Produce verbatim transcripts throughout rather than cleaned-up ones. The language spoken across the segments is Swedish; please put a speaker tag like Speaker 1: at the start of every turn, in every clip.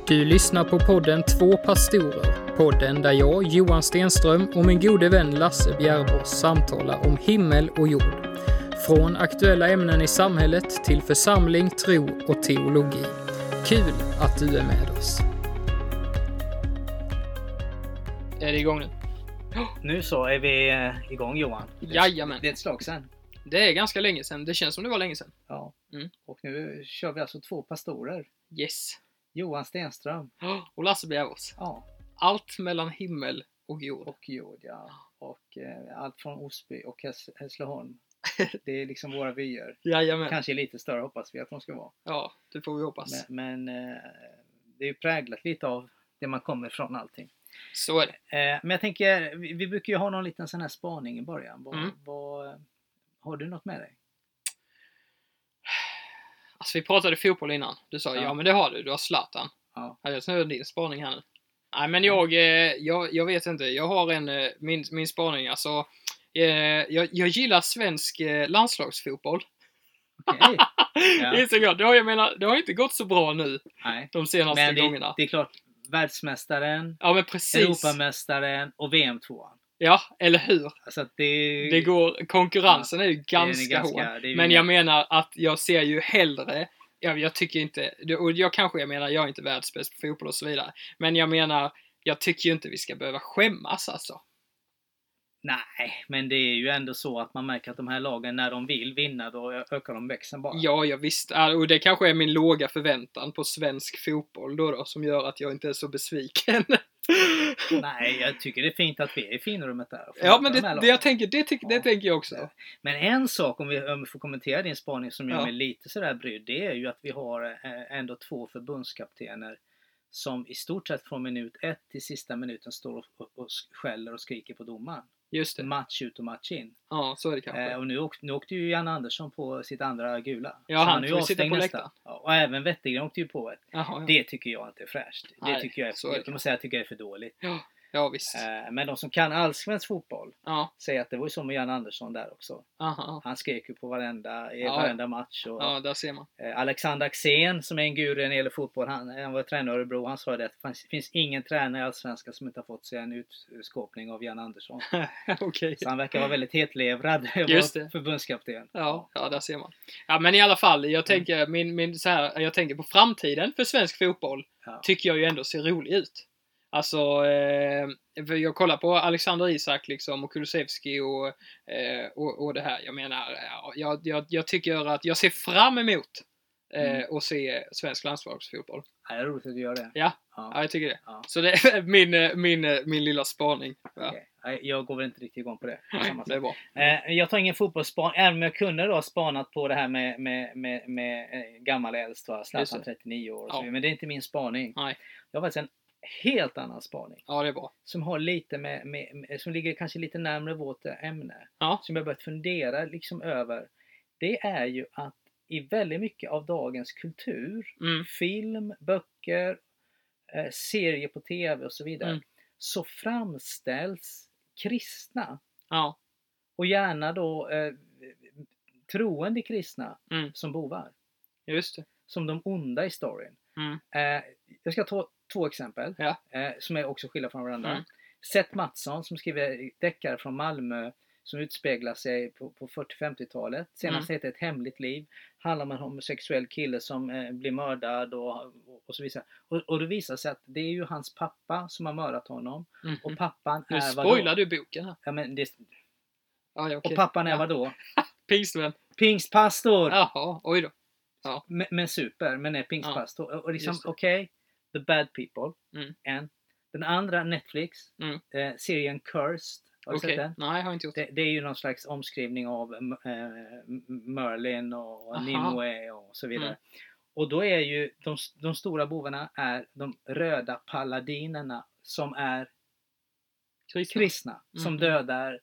Speaker 1: Du lyssnar på podden Två pastorer. Podden där jag, Johan Stenström och min gode vän Lasse Bjärvås samtalar om himmel och jord. Från aktuella ämnen i samhället till församling, tro och teologi. Kul att du är med oss. Är det igång nu?
Speaker 2: Nu så är vi eh, igång, Johan.
Speaker 1: Jajamän.
Speaker 2: Det är ett slag sedan.
Speaker 1: Det är ganska länge sedan. Det känns som det var länge sedan.
Speaker 2: Ja.
Speaker 1: Mm.
Speaker 2: Och nu kör vi alltså två pastorer.
Speaker 1: Yes.
Speaker 2: Johan Stenström.
Speaker 1: Och Lasse Bjärvås.
Speaker 2: Ja.
Speaker 1: Allt mellan himmel och jord.
Speaker 2: Och jord, ja. Och eh, allt från Osby och Häss- Hässleholm. Det är liksom våra vyer.
Speaker 1: Jajamän.
Speaker 2: Kanske lite större hoppas vi att de ska vara.
Speaker 1: Ja, det får vi hoppas.
Speaker 2: Men, men eh, det är ju präglat lite av det man kommer från allting.
Speaker 1: Så är det.
Speaker 2: Eh, men jag tänker, vi, vi brukar ju ha någon liten sån här spaning i början. Vad,
Speaker 1: Mm.
Speaker 2: vad, har du något med dig?
Speaker 1: Alltså vi pratade fotboll innan. Du sa, ja,
Speaker 2: Ja.
Speaker 1: men det har du. Du har Zlatan.
Speaker 2: Ja.
Speaker 1: Ja, jag snurrar din spaning här nu. Nej, men jag, eh, jag, jag vet inte. Jag har en, eh, min, min spaning. Alltså, eh, jag, jag gillar svensk eh, landslagsfotboll.
Speaker 2: Okej. Ja.
Speaker 1: Det är så gott. Det har, jag menar, det har inte gått så bra nu
Speaker 2: Nej.
Speaker 1: de senaste
Speaker 2: Men det,
Speaker 1: gångerna.
Speaker 2: det är klart, världsmästaren,
Speaker 1: Ja, men precis.
Speaker 2: Europamästaren och V M-tvåan.
Speaker 1: Ja, eller hur?
Speaker 2: Alltså att det,
Speaker 1: Det går, konkurrensen är ju ganska,
Speaker 2: ganska-
Speaker 1: hård.
Speaker 2: det är ju
Speaker 1: Men
Speaker 2: mer-
Speaker 1: jag menar att jag ser ju hellre, jag, jag tycker inte, och jag kanske jag menar, jag är inte världsbäst på fotboll och så vidare. Men jag menar, jag tycker ju inte vi ska behöva skämmas alltså.
Speaker 2: Nej, men det är ju ändå så att man märker att de här lagen, när de vill vinna, då ökar de växeln bara.
Speaker 1: Ja, jag visst. Och det kanske är min låga förväntan på svensk fotboll då, då som gör att jag inte är så besviken.
Speaker 2: Nej, jag tycker det är fint att vi är i finrummet där. och
Speaker 1: Ja, men
Speaker 2: de här
Speaker 1: det, det,
Speaker 2: lagen.
Speaker 1: jag tänker, det, tyck, det
Speaker 2: Ja.
Speaker 1: tänker jag också.
Speaker 2: Men en sak, om vi, om vi får kommentera din spaning som gör
Speaker 1: Ja.
Speaker 2: mig lite sådär brydd, det är ju att vi har eh, ändå två förbundskaptener som i stort sett från minut ett till sista minuten står och, och skäller och skriker på domaren.
Speaker 1: Just det.
Speaker 2: Match ut och match in.
Speaker 1: Ja, så är det kanske.
Speaker 2: Eh, och nu åkte, nu åkte ju Jan Andersson på sitt andra gula.
Speaker 1: Ja,
Speaker 2: Så
Speaker 1: han
Speaker 2: är
Speaker 1: får ju sitta
Speaker 2: avstängd
Speaker 1: på
Speaker 2: nästan.
Speaker 1: läktaren.
Speaker 2: Ja, och även Wettergren åkte ju på ett.
Speaker 1: Jaha, ja.
Speaker 2: Det tycker jag inte är fräscht. Det
Speaker 1: Nej,
Speaker 2: tycker jag är,
Speaker 1: så är det
Speaker 2: jag måste säga, jag tycker det är för dåligt.
Speaker 1: Ja, ja, visst.
Speaker 2: Eh, men de som kan allsvensk fotboll
Speaker 1: Ja,
Speaker 2: säger att det var ju som med Jan Andersson där också.
Speaker 1: aha.
Speaker 2: Han skrek ju på varenda, i
Speaker 1: Ja,
Speaker 2: varenda match. Och,
Speaker 1: Ja, där ser man.
Speaker 2: eh, Alexander Axén som är en guru när det gäller fotboll, han, han var tränare i Örebro, han sa det att det finns, finns ingen tränare i allsvenskan som inte har fått sig en utskåpning av Jan Andersson.
Speaker 1: Okej.
Speaker 2: Så han verkar vara väldigt hetlevrad och
Speaker 1: Just
Speaker 2: vara
Speaker 1: det.
Speaker 2: förbundskapten.
Speaker 1: Ja, ja, där ser man. Ja, men i alla fall, jag tänker, min, min, så här, jag tänker på framtiden för svensk fotboll.
Speaker 2: Ja.
Speaker 1: Tycker jag ju ändå ser rolig ut. Alltså, eh, för jag kollar på Alexander Isak liksom och Kulusevski och, eh, och, och det här. Jag menar, ja, jag, jag, jag tycker att jag ser fram emot eh,
Speaker 2: Mm.
Speaker 1: att se svensk landslagsfotboll.
Speaker 2: Ja, det är roligt att du gör det.
Speaker 1: Ja,
Speaker 2: Ja.
Speaker 1: ja jag tycker det.
Speaker 2: Ja.
Speaker 1: Så det är min, min, min lilla spaning. Ja,
Speaker 2: Okej. Nej, jag går väl inte riktigt igång på det. på samma
Speaker 1: det är
Speaker 2: sätt.
Speaker 1: bra.
Speaker 2: Eh, jag tar ingen fotbollsspan, även om jag kunde då ha spanat på det här med, med, med, med eh, gammal äldst, va?
Speaker 1: Just
Speaker 2: Zlatan
Speaker 1: det.
Speaker 2: trettionio år och så
Speaker 1: Ja.
Speaker 2: vidare. Men det är inte min spaning.
Speaker 1: Nej,
Speaker 2: Jag har faktiskt en helt annan spaning.
Speaker 1: ja det är bra.
Speaker 2: Som har lite med, med, med som ligger kanske lite närmare vårt ämne.
Speaker 1: Ja.
Speaker 2: Som jag börjat fundera liksom över. Det är ju att i väldigt mycket av dagens kultur,
Speaker 1: Mm.
Speaker 2: film, böcker, eh, serier på tv och så vidare.
Speaker 1: Mm.
Speaker 2: Så framställs kristna.
Speaker 1: Ja,
Speaker 2: Och gärna då eh, troende kristna
Speaker 1: Mm.
Speaker 2: som bovar.
Speaker 1: just det.
Speaker 2: Som de onda i storyn.
Speaker 1: Mm.
Speaker 2: Eh, jag ska ta två exempel.
Speaker 1: Ja.
Speaker 2: Eh, som är också skilda från varandra.
Speaker 1: Mm.
Speaker 2: Seth Mattsson som skriver deckare från Malmö. Som utspeglar sig på, på fyrtio-femtiotalet. Senast
Speaker 1: Mm.
Speaker 2: heter Ett hemligt liv. Handlar om en homosexuell kille som eh, blir mördad och, och, och så vidare. Och, och det visar sig att det är ju hans pappa som har mördat honom.
Speaker 1: Mm.
Speaker 2: Och pappan
Speaker 1: Nu
Speaker 2: är vadå?
Speaker 1: spoilar du boken här.
Speaker 2: Ja, men det,
Speaker 1: Ja, ja, okej.
Speaker 2: och pappan är
Speaker 1: Ja.
Speaker 2: vadå?
Speaker 1: Pingstvän.
Speaker 2: Pingstpastor!
Speaker 1: Jaha, oj då.
Speaker 2: Men, men super, men är pingstpastor. Och liksom,
Speaker 1: just det.
Speaker 2: okej, okay, The Bad People.
Speaker 1: Mm.
Speaker 2: En. Den andra, Netflix.
Speaker 1: Mm.
Speaker 2: Eh, serien Cursed. Har du
Speaker 1: Okej,
Speaker 2: sett den?
Speaker 1: nej jag har inte gjort det.
Speaker 2: Det, det är ju någon slags omskrivning av eh, Merlin och
Speaker 1: Aha.
Speaker 2: Nimue och så vidare.
Speaker 1: Mm.
Speaker 2: Och då är ju de, de stora bovarna är de röda paladinerna som är
Speaker 1: Kristna.
Speaker 2: kristna. Som
Speaker 1: Mm.
Speaker 2: dödar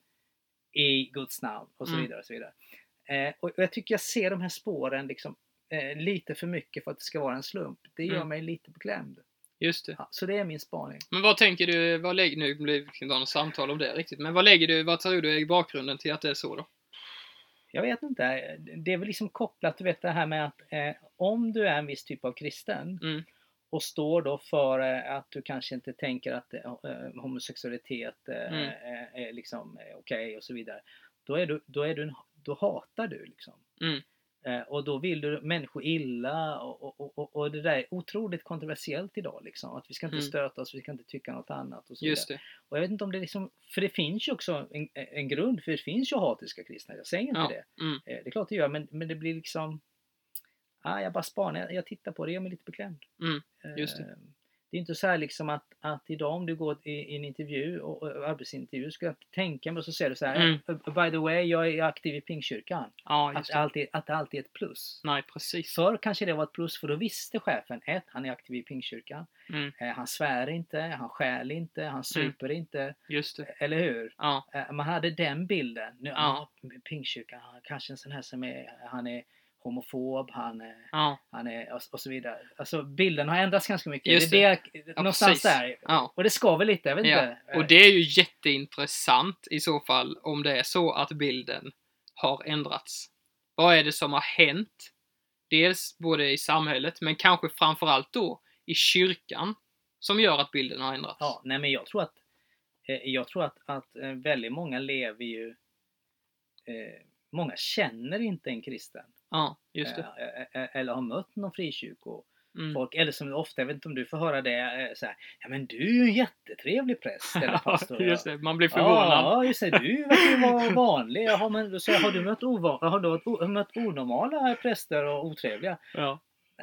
Speaker 2: i Guds namn och så
Speaker 1: Mm.
Speaker 2: vidare. Och så vidare. Eh, och jag tycker jag ser de här spåren liksom, eh, lite för mycket för att det ska vara en slump. Det gör
Speaker 1: Mm.
Speaker 2: mig lite beklämd.
Speaker 1: Just det.
Speaker 2: Ja, så det är min spaning.
Speaker 1: Men vad tänker du, vad lägger, nu blir det inte någon samtal om det riktigt, men vad lägger du, vad tror du är i bakgrunden till att det är så då?
Speaker 2: Jag vet inte. Det är väl liksom kopplat, du vet det här med att eh, om du är en viss typ av kristen
Speaker 1: Mm.
Speaker 2: och står då för eh, att du kanske inte tänker att eh, homosexualitet eh,
Speaker 1: Mm.
Speaker 2: är, är liksom eh, okej okay och så vidare. Då är du, då är du, då hatar du liksom.
Speaker 1: Mm.
Speaker 2: Eh, och då vill du människor illa och, och, och, och det där är otroligt kontroversiellt idag liksom. Att vi ska inte
Speaker 1: Mm.
Speaker 2: stöta oss, vi ska inte tycka något annat och så
Speaker 1: Just
Speaker 2: vidare.
Speaker 1: det.
Speaker 2: Och jag vet inte om det liksom, för det finns ju också en, en grund, för det finns ju hatiska kristna, jag säger inte
Speaker 1: Ja.
Speaker 2: det.
Speaker 1: Mm.
Speaker 2: Eh, det är klart det gör, men, men det blir liksom, ah, jag bara spanar, jag, jag tittar på det, jag är lite beklämd.
Speaker 1: Mm. Just det.
Speaker 2: Eh, det är inte så här liksom att, att idag om du går i, i en intervju och, och arbetsintervju ska jag tänka mig och så säger du så här,
Speaker 1: Mm.
Speaker 2: by the way, jag är aktiv i Pingstkyrkan.
Speaker 1: Ja,
Speaker 2: Att
Speaker 1: just
Speaker 2: det,
Speaker 1: det.
Speaker 2: alltid, att det alltid är ett plus.
Speaker 1: Nej, precis.
Speaker 2: Förr kanske det var ett plus, för då visste chefen ett, han är aktiv i Pingstkyrkan.
Speaker 1: Mm.
Speaker 2: Eh, han svär inte, han stjäl inte, han super inte.
Speaker 1: Just det.
Speaker 2: Eller hur?
Speaker 1: Ja.
Speaker 2: Eh, man hade den bilden. Nu,
Speaker 1: Ja.
Speaker 2: ja. Pingstkyrkan, han kanske en sån här som är, han är homofob, han är,
Speaker 1: Ja.
Speaker 2: han är och, och så vidare. Alltså bilden har ändrats ganska mycket.
Speaker 1: Just
Speaker 2: det är det,
Speaker 1: Ja,
Speaker 2: någonstans
Speaker 1: precis.
Speaker 2: där.
Speaker 1: Ja.
Speaker 2: Och det ska väl lite, jag vet
Speaker 1: Ja.
Speaker 2: inte.
Speaker 1: Och det är ju jätteintressant i så fall om det är så att bilden har ändrats. Vad är det som har hänt? Dels både i samhället, men kanske framförallt då i kyrkan, som gör att bilden har ändrats.
Speaker 2: Ja, nej men jag tror att eh, jag tror att, att eh, väldigt många lever ju eh, många känner inte en kristen.
Speaker 1: Ja, just det.
Speaker 2: Eh, eh, eller har mött någon frikyrko.
Speaker 1: Mm.
Speaker 2: Folk, eller som ofta, jag vet inte om du får höra det eh, så här, ja men du är ju en jättetrevlig präst eller pastor.
Speaker 1: Just det, man blir förvånad.
Speaker 2: Ja, just det, du verkar ju vara vanlig. Jaha, men då säger jag, har du mött, ovan, har du mött, o, mött onormala präster och otrevliga?
Speaker 1: Ja.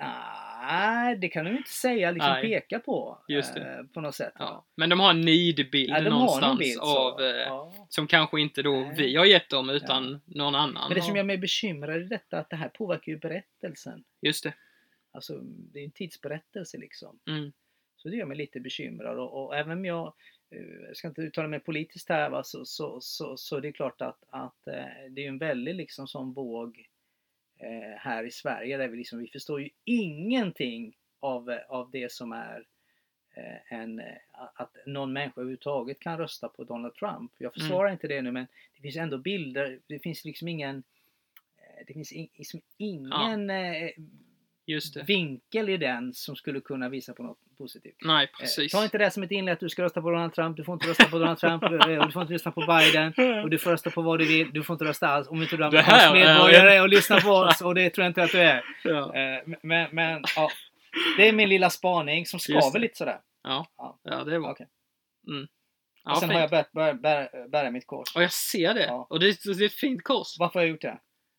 Speaker 2: Nej, det kan du inte säga, liksom
Speaker 1: Nej.
Speaker 2: peka på.
Speaker 1: Just det.
Speaker 2: Eh, på något sätt.
Speaker 1: Ja. Men de har en nidbild
Speaker 2: Ja, de har
Speaker 1: någonstans
Speaker 2: någon bild, så.
Speaker 1: av, eh,
Speaker 2: Ja.
Speaker 1: som kanske inte då
Speaker 2: Nej.
Speaker 1: vi har gett dem utan någon annan.
Speaker 2: Men det som
Speaker 1: har-
Speaker 2: gör mig bekymrad är detta, att det här påverkar ju berättelsen.
Speaker 1: Just det.
Speaker 2: Alltså, det är en tidsberättelse liksom.
Speaker 1: Mm.
Speaker 2: Så det gör mig lite bekymrad. Och, och även om jag, eh, jag ska inte uttala mig politiskt här, va, så, så, så, så det är klart att, att eh, det är en väldigt liksom sån våg eh, här i Sverige där vi liksom, vi förstår ju ingenting av, av det som är eh, en, eh, att någon människa överhuvudtaget kan rösta på Donald Trump. Jag försvarar
Speaker 1: Mm.
Speaker 2: inte det nu, men det finns ändå bilder, det finns liksom ingen eh, det finns in, liksom ingen eh,
Speaker 1: Just det.
Speaker 2: vinkel i den som skulle kunna visa på något positivt.
Speaker 1: Nej,
Speaker 2: Eh,
Speaker 1: precis.
Speaker 2: Ta inte det som ett inlägg att du ska rösta på Donald Trump, du får inte rösta på Donald Trump, eh, och du får inte rösta på Biden, och du får rösta på vad du vill, du får inte rösta alls om inte du är
Speaker 1: Det här
Speaker 2: amerikansk
Speaker 1: är-
Speaker 2: medborgare och lyssnar på oss, och det tror jag inte att du är.
Speaker 1: Ja.
Speaker 2: Eh, Men, men ja, det är min lilla spaning som
Speaker 1: Just
Speaker 2: skaver
Speaker 1: det.
Speaker 2: lite sådär.
Speaker 1: Ja.
Speaker 2: Ja.
Speaker 1: ja, det var.
Speaker 2: Okej.
Speaker 1: Mm.
Speaker 2: Och
Speaker 1: Ja,
Speaker 2: sen
Speaker 1: fint.
Speaker 2: har jag börjat bära, bära, bära mitt kors.
Speaker 1: Och jag ser det.
Speaker 2: Ja.
Speaker 1: Och det, det är ett fint kors.
Speaker 2: Varför har jag gjort det?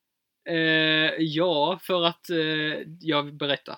Speaker 1: Eh, ja, för att eh, jag berättar.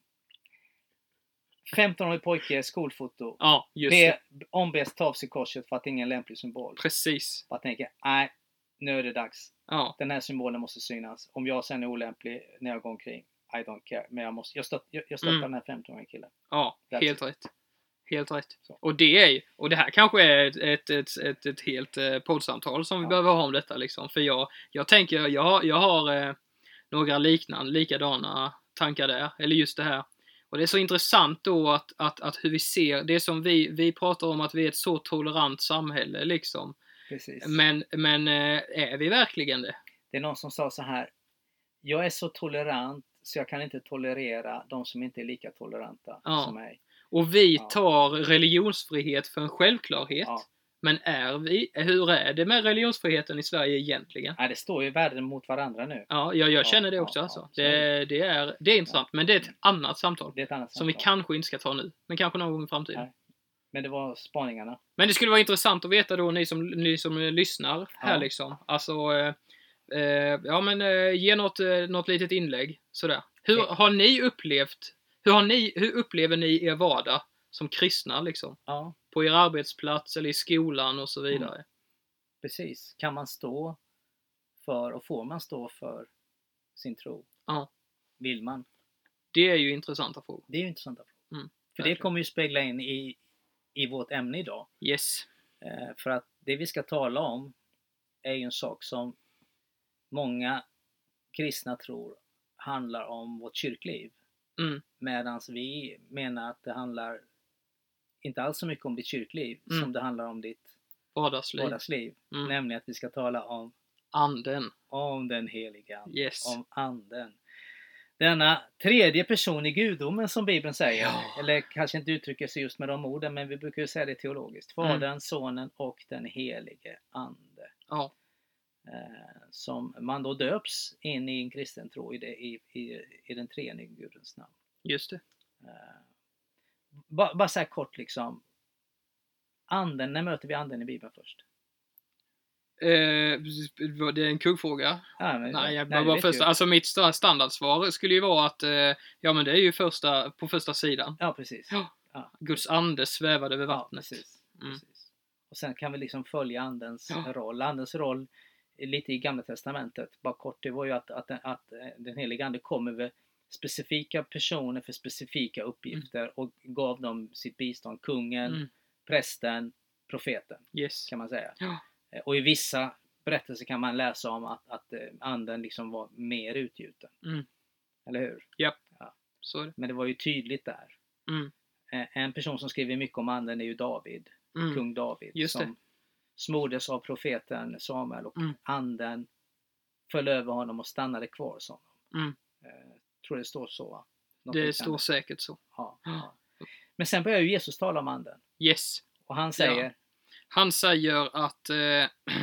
Speaker 2: femton-årig pojke, skolfoto.
Speaker 1: Ja, just det.
Speaker 2: Be, ombeds ta av sig korset för att det är ingen lämplig symbol.
Speaker 1: Precis.
Speaker 2: Jag tänker, nej, nu är det dags.
Speaker 1: Ja,
Speaker 2: Den här symbolen måste synas. Om jag sen är olämplig när jag går omkring, I don't care. Men jag, måste, jag, stött, jag, jag stöttar
Speaker 1: Mm.
Speaker 2: den här femton-åriga killen.
Speaker 1: ja
Speaker 2: That's
Speaker 1: helt
Speaker 2: it.
Speaker 1: rätt. Helt rätt.
Speaker 2: Så.
Speaker 1: Och det är ju, och det här kanske är ett, ett, ett, ett, ett helt eh, poddsamtal som vi
Speaker 2: Ja.
Speaker 1: behöver ha om detta liksom. För jag, jag tänker, jag, har- jag har eh, några liknande, likadana tankar där. Eller just det här. Och det är så intressant då att, att, att hur vi ser, det som vi, vi pratar om att vi är ett så tolerant samhälle liksom.
Speaker 2: Precis.
Speaker 1: Men, men eh, är vi verkligen det?
Speaker 2: Det är någon som sa så här, jag är så tolerant så jag kan inte tolerera de som inte är lika toleranta
Speaker 1: Ja.
Speaker 2: som mig.
Speaker 1: Och vi
Speaker 2: Ja.
Speaker 1: tar religionsfrihet för en självklarhet.
Speaker 2: Ja.
Speaker 1: Men är vi, hur är det med religionsfriheten i Sverige egentligen?
Speaker 2: Nej, det står ju världen mot varandra nu.
Speaker 1: Ja, jag, jag känner det
Speaker 2: ja,
Speaker 1: också
Speaker 2: ja,
Speaker 1: alltså.
Speaker 2: ja, så
Speaker 1: det, det, är, det är intressant, men det är ett annat samtal.
Speaker 2: Det är ett annat
Speaker 1: Som vi
Speaker 2: samtal.
Speaker 1: kanske inte ska ta nu, men kanske någon gång i framtiden.
Speaker 2: Nej. Men det var spaningarna.
Speaker 1: Men det skulle vara intressant att veta då, ni som, ni som lyssnar här
Speaker 2: Ja.
Speaker 1: liksom. Alltså, eh, eh, ja men eh, ge något, eh, något litet inlägg. Sådär. Hur
Speaker 2: Okej.
Speaker 1: har ni upplevt, hur, har ni, hur upplever ni er vardag som kristna liksom?
Speaker 2: Ja,
Speaker 1: På er arbetsplats eller i skolan och så vidare.
Speaker 2: precis. Kan man stå för, och får man stå för sin tro?
Speaker 1: Ja.
Speaker 2: Vill man?
Speaker 1: Det är ju intressanta frågor.
Speaker 2: Det är ju intressanta frågor.
Speaker 1: Mm,
Speaker 2: För
Speaker 1: verkligen.
Speaker 2: det kommer ju spegla in i, i vårt ämne idag.
Speaker 1: Yes.
Speaker 2: Eh, för att det vi ska tala om är ju en sak som många kristna tror handlar om vårt kyrkliv.
Speaker 1: Mm.
Speaker 2: Medan vi menar att det handlar inte alls så mycket om ditt kyrkliv
Speaker 1: Mm.
Speaker 2: som det handlar om ditt
Speaker 1: Vardagsliv.
Speaker 2: vardagsliv.
Speaker 1: Mm.
Speaker 2: Nämligen att vi ska tala om,
Speaker 1: Anden.
Speaker 2: om den heliga anden.
Speaker 1: Yes.
Speaker 2: Om anden. Denna tredje person i gudomen som Bibeln säger,
Speaker 1: Ja.
Speaker 2: eller kanske inte uttrycker sig just med de orden, men vi brukar ju säga det teologiskt. Fadern,
Speaker 1: Mm.
Speaker 2: Sonen och den helige Ande.
Speaker 1: Ja.
Speaker 2: Eh, som man då döps in i en kristen tro i, det, i, i, i den treenige Gudens namn.
Speaker 1: Just det.
Speaker 2: Eh, bara, bara så här kort liksom. Anden, när möter vi anden i Bibeln först?
Speaker 1: Eh, det är en kuggfråga.
Speaker 2: Ja, men,
Speaker 1: Nej, jag
Speaker 2: nej,
Speaker 1: bara
Speaker 2: vet
Speaker 1: första,
Speaker 2: ju.
Speaker 1: alltså mitt sta- standardsvar skulle ju vara att eh, ja men det är ju första, på första sidan.
Speaker 2: Ja, precis.
Speaker 1: Ja.
Speaker 2: Ja.
Speaker 1: Guds ande svävade över
Speaker 2: Ja,
Speaker 1: vattnet.
Speaker 2: precis.
Speaker 1: Mm.
Speaker 2: precis. Och sen kan vi liksom följa andens
Speaker 1: Ja.
Speaker 2: roll. Andens roll är lite i Gamla testamentet, bara kort, det var ju att, att, att den helige ande kom över specifika personer för specifika uppgifter mm. och gav dem sitt bistånd. Kungen,
Speaker 1: Mm.
Speaker 2: prästen, profeten,
Speaker 1: Yes.
Speaker 2: kan man säga.
Speaker 1: Ja.
Speaker 2: Och i vissa berättelser kan man läsa om att, att anden liksom var mer utgjuten.
Speaker 1: Mm.
Speaker 2: Eller hur?
Speaker 1: Japp.
Speaker 2: Ja.
Speaker 1: Så är det.
Speaker 2: Men det var ju tydligt där.
Speaker 1: Mm.
Speaker 2: En person som skriver mycket om anden är ju David.
Speaker 1: Mm.
Speaker 2: Kung David.
Speaker 1: Just
Speaker 2: som
Speaker 1: det.
Speaker 2: smordes av profeten Samuel och
Speaker 1: Mm.
Speaker 2: anden föll över honom och stannade kvar hos honom.
Speaker 1: Mm.
Speaker 2: Eh, tror det står så, va? Något
Speaker 1: Det
Speaker 2: liknande.
Speaker 1: står säkert så.
Speaker 2: Ja, ja. Men sen börjar ju Jesus tala om anden.
Speaker 1: Yes.
Speaker 2: Och han säger...
Speaker 1: Ja. Han säger att eh,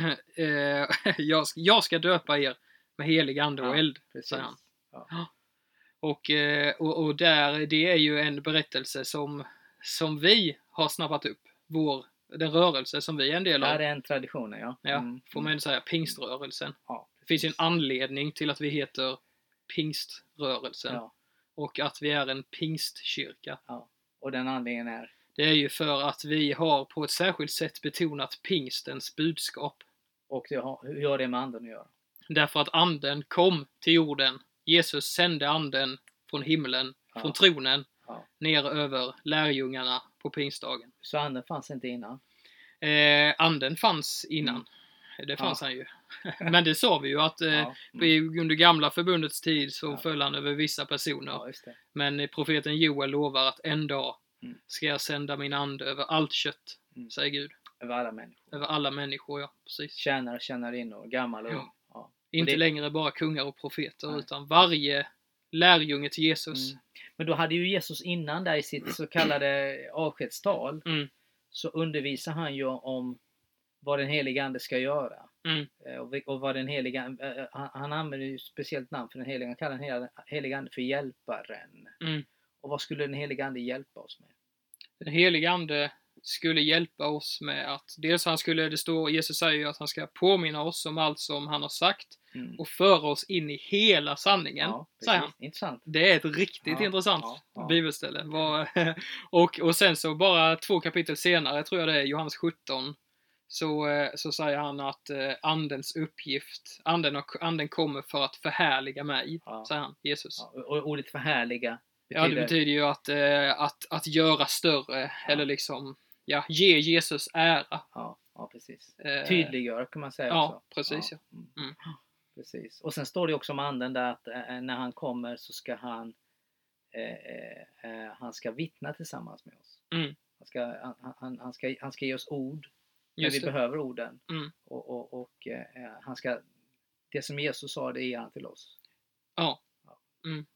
Speaker 1: eh, jag, jag ska döpa er med helig ande och
Speaker 2: Ja,
Speaker 1: eld.
Speaker 2: precis.
Speaker 1: Säger han.
Speaker 2: Ja.
Speaker 1: Och, eh, och, och där, det är ju en berättelse som, som vi har snappat upp. Vår, den rörelse som vi är en del av.
Speaker 2: Ja, det är en tradition, ja.
Speaker 1: Ja,
Speaker 2: Mm.
Speaker 1: får man säga, pingströrelsen.
Speaker 2: Ja,
Speaker 1: Det finns ju en anledning till att vi heter pingströrelsen.
Speaker 2: Ja,
Speaker 1: Och att vi är en pingstkyrka.
Speaker 2: ja. Och den anledningen är...
Speaker 1: Det är ju för att vi har på ett särskilt sätt betonat pingstens budskap.
Speaker 2: Och det har, hur har det med anden att göra?
Speaker 1: Därför att anden kom till jorden. Jesus sände anden från himlen,
Speaker 2: Ja.
Speaker 1: från tronen,
Speaker 2: Ja.
Speaker 1: ner över lärjungarna på pingstdagen.
Speaker 2: Så anden fanns inte innan?
Speaker 1: Eh, anden fanns innan.
Speaker 2: Mm.
Speaker 1: Det fanns
Speaker 2: Ja.
Speaker 1: han ju. Men det sa vi ju att eh,
Speaker 2: Ja.
Speaker 1: vi, under gamla förbundets tid så
Speaker 2: Ja.
Speaker 1: föll han över vissa personer.
Speaker 2: Ja, just det.
Speaker 1: Men eh, profeten Joel lovar att en dag
Speaker 2: Mm.
Speaker 1: ska jag sända min ande över allt kött,
Speaker 2: Mm.
Speaker 1: säger Gud.
Speaker 2: Över alla människor.
Speaker 1: Över alla människor, ja. Precis.
Speaker 2: Tjänare, tjänarinnor, gammal och
Speaker 1: Ja.
Speaker 2: ung. Ja.
Speaker 1: Inte
Speaker 2: det-
Speaker 1: längre bara kungar och profeter,
Speaker 2: Nej.
Speaker 1: utan varje lärjunge till Jesus.
Speaker 2: Mm. Men då hade ju Jesus innan där i sitt så kallade avskedstal
Speaker 1: Mm.
Speaker 2: så undervisar han ju om vad den heliga ande ska göra.
Speaker 1: Mm.
Speaker 2: Eh, Och, vi- och vad den heliga eh, han, han använder ju speciellt namn för den heliga, han kallar den heliga, heliga ande för hjälparen.
Speaker 1: Mm.
Speaker 2: Och vad skulle den heliga ande hjälpa oss med?
Speaker 1: Den helige ande skulle hjälpa oss med att, dels han skulle, det står, Jesus säger ju att han ska påminna oss om allt som han har sagt
Speaker 2: Mm.
Speaker 1: och föra oss in i hela sanningen,
Speaker 2: Ja,
Speaker 1: säger han.
Speaker 2: precis. Intressant.
Speaker 1: Det är ett riktigt
Speaker 2: Ja,
Speaker 1: intressant
Speaker 2: ja, ja.
Speaker 1: bibelställe. Vad- och, och sen så bara två kapitel senare, tror jag det är, Johannes sjutton, så, eh, så säger han att eh, andens uppgift, anden, och, anden kommer för att förhärliga mig,
Speaker 2: Ja.
Speaker 1: säger han, Jesus.
Speaker 2: Ja, och ordet förhärliga
Speaker 1: Ja, det
Speaker 2: betyder,
Speaker 1: betyder ju att, eh, att, att göra större, eller liksom, ja, ge Jesus ära.
Speaker 2: ja, ja, precis.
Speaker 1: Eh,
Speaker 2: Tydliggöra kan man säga
Speaker 1: ja,
Speaker 2: också.
Speaker 1: precis, ja.
Speaker 2: Mm.
Speaker 1: Mm.
Speaker 2: Precis. Och sen står det också om anden där att eh, när han kommer så ska han eh, eh, han ska vittna tillsammans med oss.
Speaker 1: Mm.
Speaker 2: Han, ska, han, han, han, ska, han ska ge oss ord när
Speaker 1: Just
Speaker 2: vi
Speaker 1: det.
Speaker 2: behöver orden.
Speaker 1: Mm.
Speaker 2: Och, och, och eh, han ska, det som Jesus sa, det ger han till oss.
Speaker 1: Ja. Mm.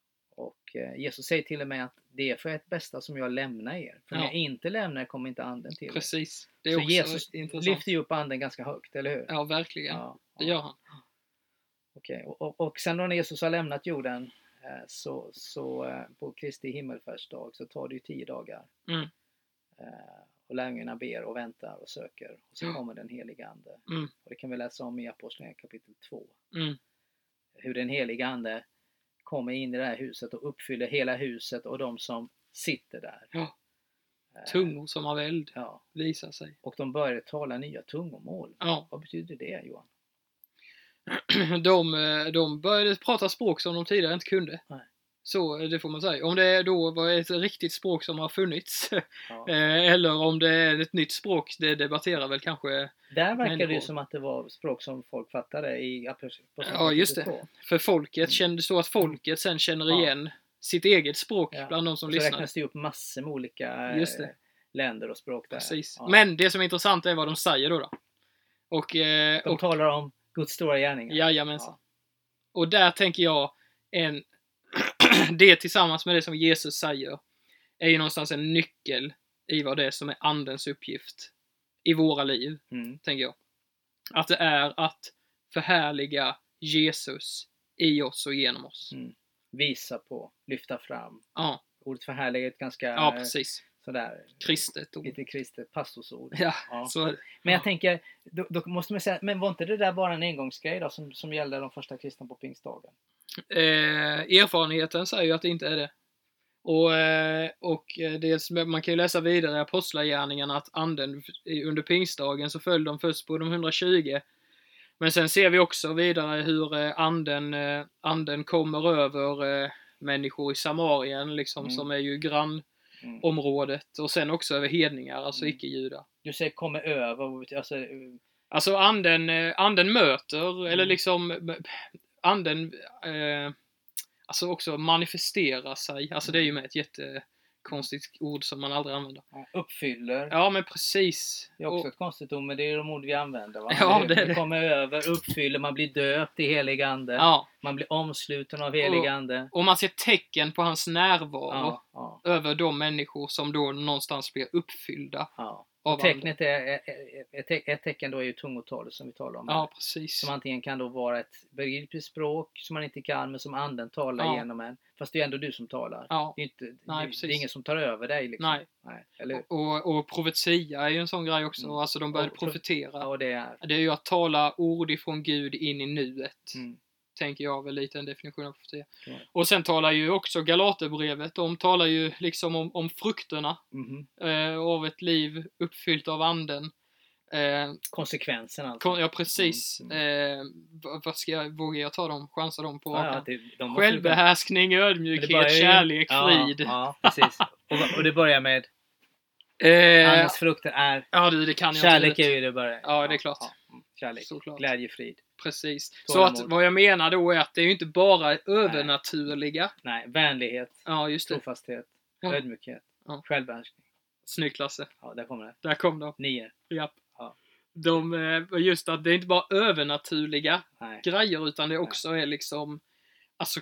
Speaker 2: Och eh, Jesus säger till och med att det är för ert bästa som jag lämnar er. För om
Speaker 1: Ja.
Speaker 2: jag inte lämnar er kommer inte anden till er.
Speaker 1: Precis. Det är
Speaker 2: Så
Speaker 1: också
Speaker 2: Jesus
Speaker 1: intressant.
Speaker 2: lyfter ju upp anden ganska högt, eller hur?
Speaker 1: Ja, verkligen.
Speaker 2: Ja,
Speaker 1: Det
Speaker 2: ja.
Speaker 1: gör han.
Speaker 2: Okej, och, och, och sen då när Jesus har lämnat jorden eh, så, så eh, på Kristi himmelfärdsdag så tar det ju tio dagar.
Speaker 1: Mm.
Speaker 2: Eh, och lärjungarna ber och väntar och söker. Och så
Speaker 1: Ja.
Speaker 2: kommer den heliga ande.
Speaker 1: Mm.
Speaker 2: Och det kan vi läsa om i Apostlagärningarna kapitel två.
Speaker 1: Mm.
Speaker 2: Hur den heliga ande kommer in i det här huset och uppfyller hela huset och de som sitter där.
Speaker 1: Ja.
Speaker 2: Eh,
Speaker 1: Tungor som av eld
Speaker 2: Ja,
Speaker 1: visar sig.
Speaker 2: och de började tala nya tungomål.
Speaker 1: Ja.
Speaker 2: Vad betyder det, Johan?
Speaker 1: De, eh, de började prata språk som de tidigare inte kunde.
Speaker 2: Nej.
Speaker 1: Så eh, det får man säga. Om det då var ett riktigt språk som har funnits
Speaker 2: Ja.
Speaker 1: eh, eller om det är ett nytt språk, det debatterar väl kanske.
Speaker 2: Där verkar det ju
Speaker 1: människor.
Speaker 2: som att det var språk som folk fattade i Apostlagärningarna
Speaker 1: Ja, just
Speaker 2: kapitel
Speaker 1: det.
Speaker 2: två.
Speaker 1: För folket kände så att folket sen känner
Speaker 2: Ja.
Speaker 1: igen sitt eget språk
Speaker 2: Ja.
Speaker 1: bland de som
Speaker 2: Och så
Speaker 1: lyssnar.
Speaker 2: räknas det upp massor med olika eh,
Speaker 1: Just det.
Speaker 2: länder och språk där.
Speaker 1: Precis.
Speaker 2: Ja.
Speaker 1: Men det som är intressant är vad de säger då. då. Och, eh,
Speaker 2: De
Speaker 1: och
Speaker 2: talar om Guds stora gärningar.
Speaker 1: jajamensan.
Speaker 2: Ja.
Speaker 1: Och där tänker jag en, det tillsammans med det som Jesus säger är ju någonstans en nyckel i vad det är som är andens uppgift i våra liv,
Speaker 2: Mm.
Speaker 1: tänker jag. Att det är att förhärliga Jesus i oss och genom oss.
Speaker 2: Mm. Visa på, lyfta fram.
Speaker 1: Ja,
Speaker 2: Ordet förhärliga är ett ganska
Speaker 1: ja precis.
Speaker 2: sådär
Speaker 1: Kristet ord.
Speaker 2: lite kristet pastorsord.
Speaker 1: Ja,
Speaker 2: Ja.
Speaker 1: så är det.
Speaker 2: Men jag
Speaker 1: Ja.
Speaker 2: tänker, då, då måste man säga, men var inte det där bara en engångsgrej då, som, som gällde de första kristna på pingstdagen?
Speaker 1: Eh, erfarenheten säger ju att det inte är det. Och, eh, och dels, man kan ju läsa vidare i apostlagärningarna att anden under pingstdagen så föll de först på de hundratjugo. Men sen ser vi också vidare hur eh, anden, eh, anden kommer över eh, människor i Samarien, liksom,
Speaker 2: Mm.
Speaker 1: som är ju
Speaker 2: Mm.
Speaker 1: grannområdet. Och sen också över hedningar, alltså
Speaker 2: Mm.
Speaker 1: icke-judar.
Speaker 2: Du säger kommer över, alltså, eh,
Speaker 1: Alltså anden, eh, anden möter,
Speaker 2: Mm.
Speaker 1: eller liksom eh, anden eh, alltså också manifesterar sig. Alltså det är ju med ett jättekonstigt ord som man aldrig använder.
Speaker 2: uppfyller.
Speaker 1: Ja, men precis.
Speaker 2: Det är också
Speaker 1: Och,
Speaker 2: ett konstigt ord, men det är de ord vi använder, va?
Speaker 1: Ja, det är
Speaker 2: det
Speaker 1: det.
Speaker 2: kommer över, uppfyller, man blir döpt i helig ande.
Speaker 1: ja,
Speaker 2: Man blir omsluten av helig ande.
Speaker 1: och man ser tecken på hans närvaro
Speaker 2: Ja, ja,
Speaker 1: över de människor som då någonstans blir uppfyllda
Speaker 2: ja.
Speaker 1: av
Speaker 2: Och tecknet är, är, är, är, te- ett tecken då är ju tungotalet som vi talar om.
Speaker 1: anden.
Speaker 2: här.
Speaker 1: Ja, precis.
Speaker 2: Som antingen kan då vara ett begripligt språk som man inte kan, men som anden talar
Speaker 1: Ja.
Speaker 2: genom en. Fast det är ändå du som talar.
Speaker 1: Ja,
Speaker 2: Det är, inte,
Speaker 1: Nej,
Speaker 2: det,
Speaker 1: precis.
Speaker 2: det är ingen som tar över dig. Liksom.
Speaker 1: nej.
Speaker 2: Nej. Eller,
Speaker 1: Och, och profetia är ju en sån grej också.
Speaker 2: Mm.
Speaker 1: Alltså de började
Speaker 2: Och så-
Speaker 1: profetera.
Speaker 2: ja, och det är.
Speaker 1: Det är ju att tala ord ifrån Gud in i nuet.
Speaker 2: Mm.
Speaker 1: Tänker jag väl lite en definition av profetia.
Speaker 2: Ja.
Speaker 1: Och sen talar ju också Galaterbrevet, de talar ju liksom om, om frukterna
Speaker 2: Mhm.
Speaker 1: eh, av ett liv uppfyllt av anden. Eh,
Speaker 2: Konsekvensen alltså.
Speaker 1: kon- ja, precis.
Speaker 2: Mm,
Speaker 1: Eh, v- vad ska jag, vågar jag ta dem? Chansa dem på
Speaker 2: Ja, ja,
Speaker 1: rakan?
Speaker 2: det, de måste-
Speaker 1: Självbehärskning,
Speaker 2: Men det
Speaker 1: ödmjukhet,
Speaker 2: börjar ju-
Speaker 1: kärlek,
Speaker 2: ja,
Speaker 1: frid.
Speaker 2: Ja, precis. Och, och det börjar med
Speaker 1: Eh,
Speaker 2: andens frukter är
Speaker 1: ja, du, det kan jag
Speaker 2: kärlek
Speaker 1: inte.
Speaker 2: är ju det börjar.
Speaker 1: Ja, det är klart.
Speaker 2: Mm, kärlek,
Speaker 1: Såklart.
Speaker 2: glädje, frid.
Speaker 1: Precis. Så
Speaker 2: Tålamod.
Speaker 1: att vad jag menar då är att det är ju inte bara övernaturliga.
Speaker 2: Nej, vänlighet,
Speaker 1: Ja, just det.
Speaker 2: trofasthet,
Speaker 1: Ja.
Speaker 2: ödmjukhet,
Speaker 1: Ja.
Speaker 2: självbehärskning.
Speaker 1: Snyggt, Lasse.
Speaker 2: Ja, där kommer det.
Speaker 1: Där kom de.
Speaker 2: Nio.
Speaker 1: Japp.
Speaker 2: Ja.
Speaker 1: De, eh, just att det är inte bara övernaturliga
Speaker 2: Nej.
Speaker 1: grejer utan det också är liksom alltså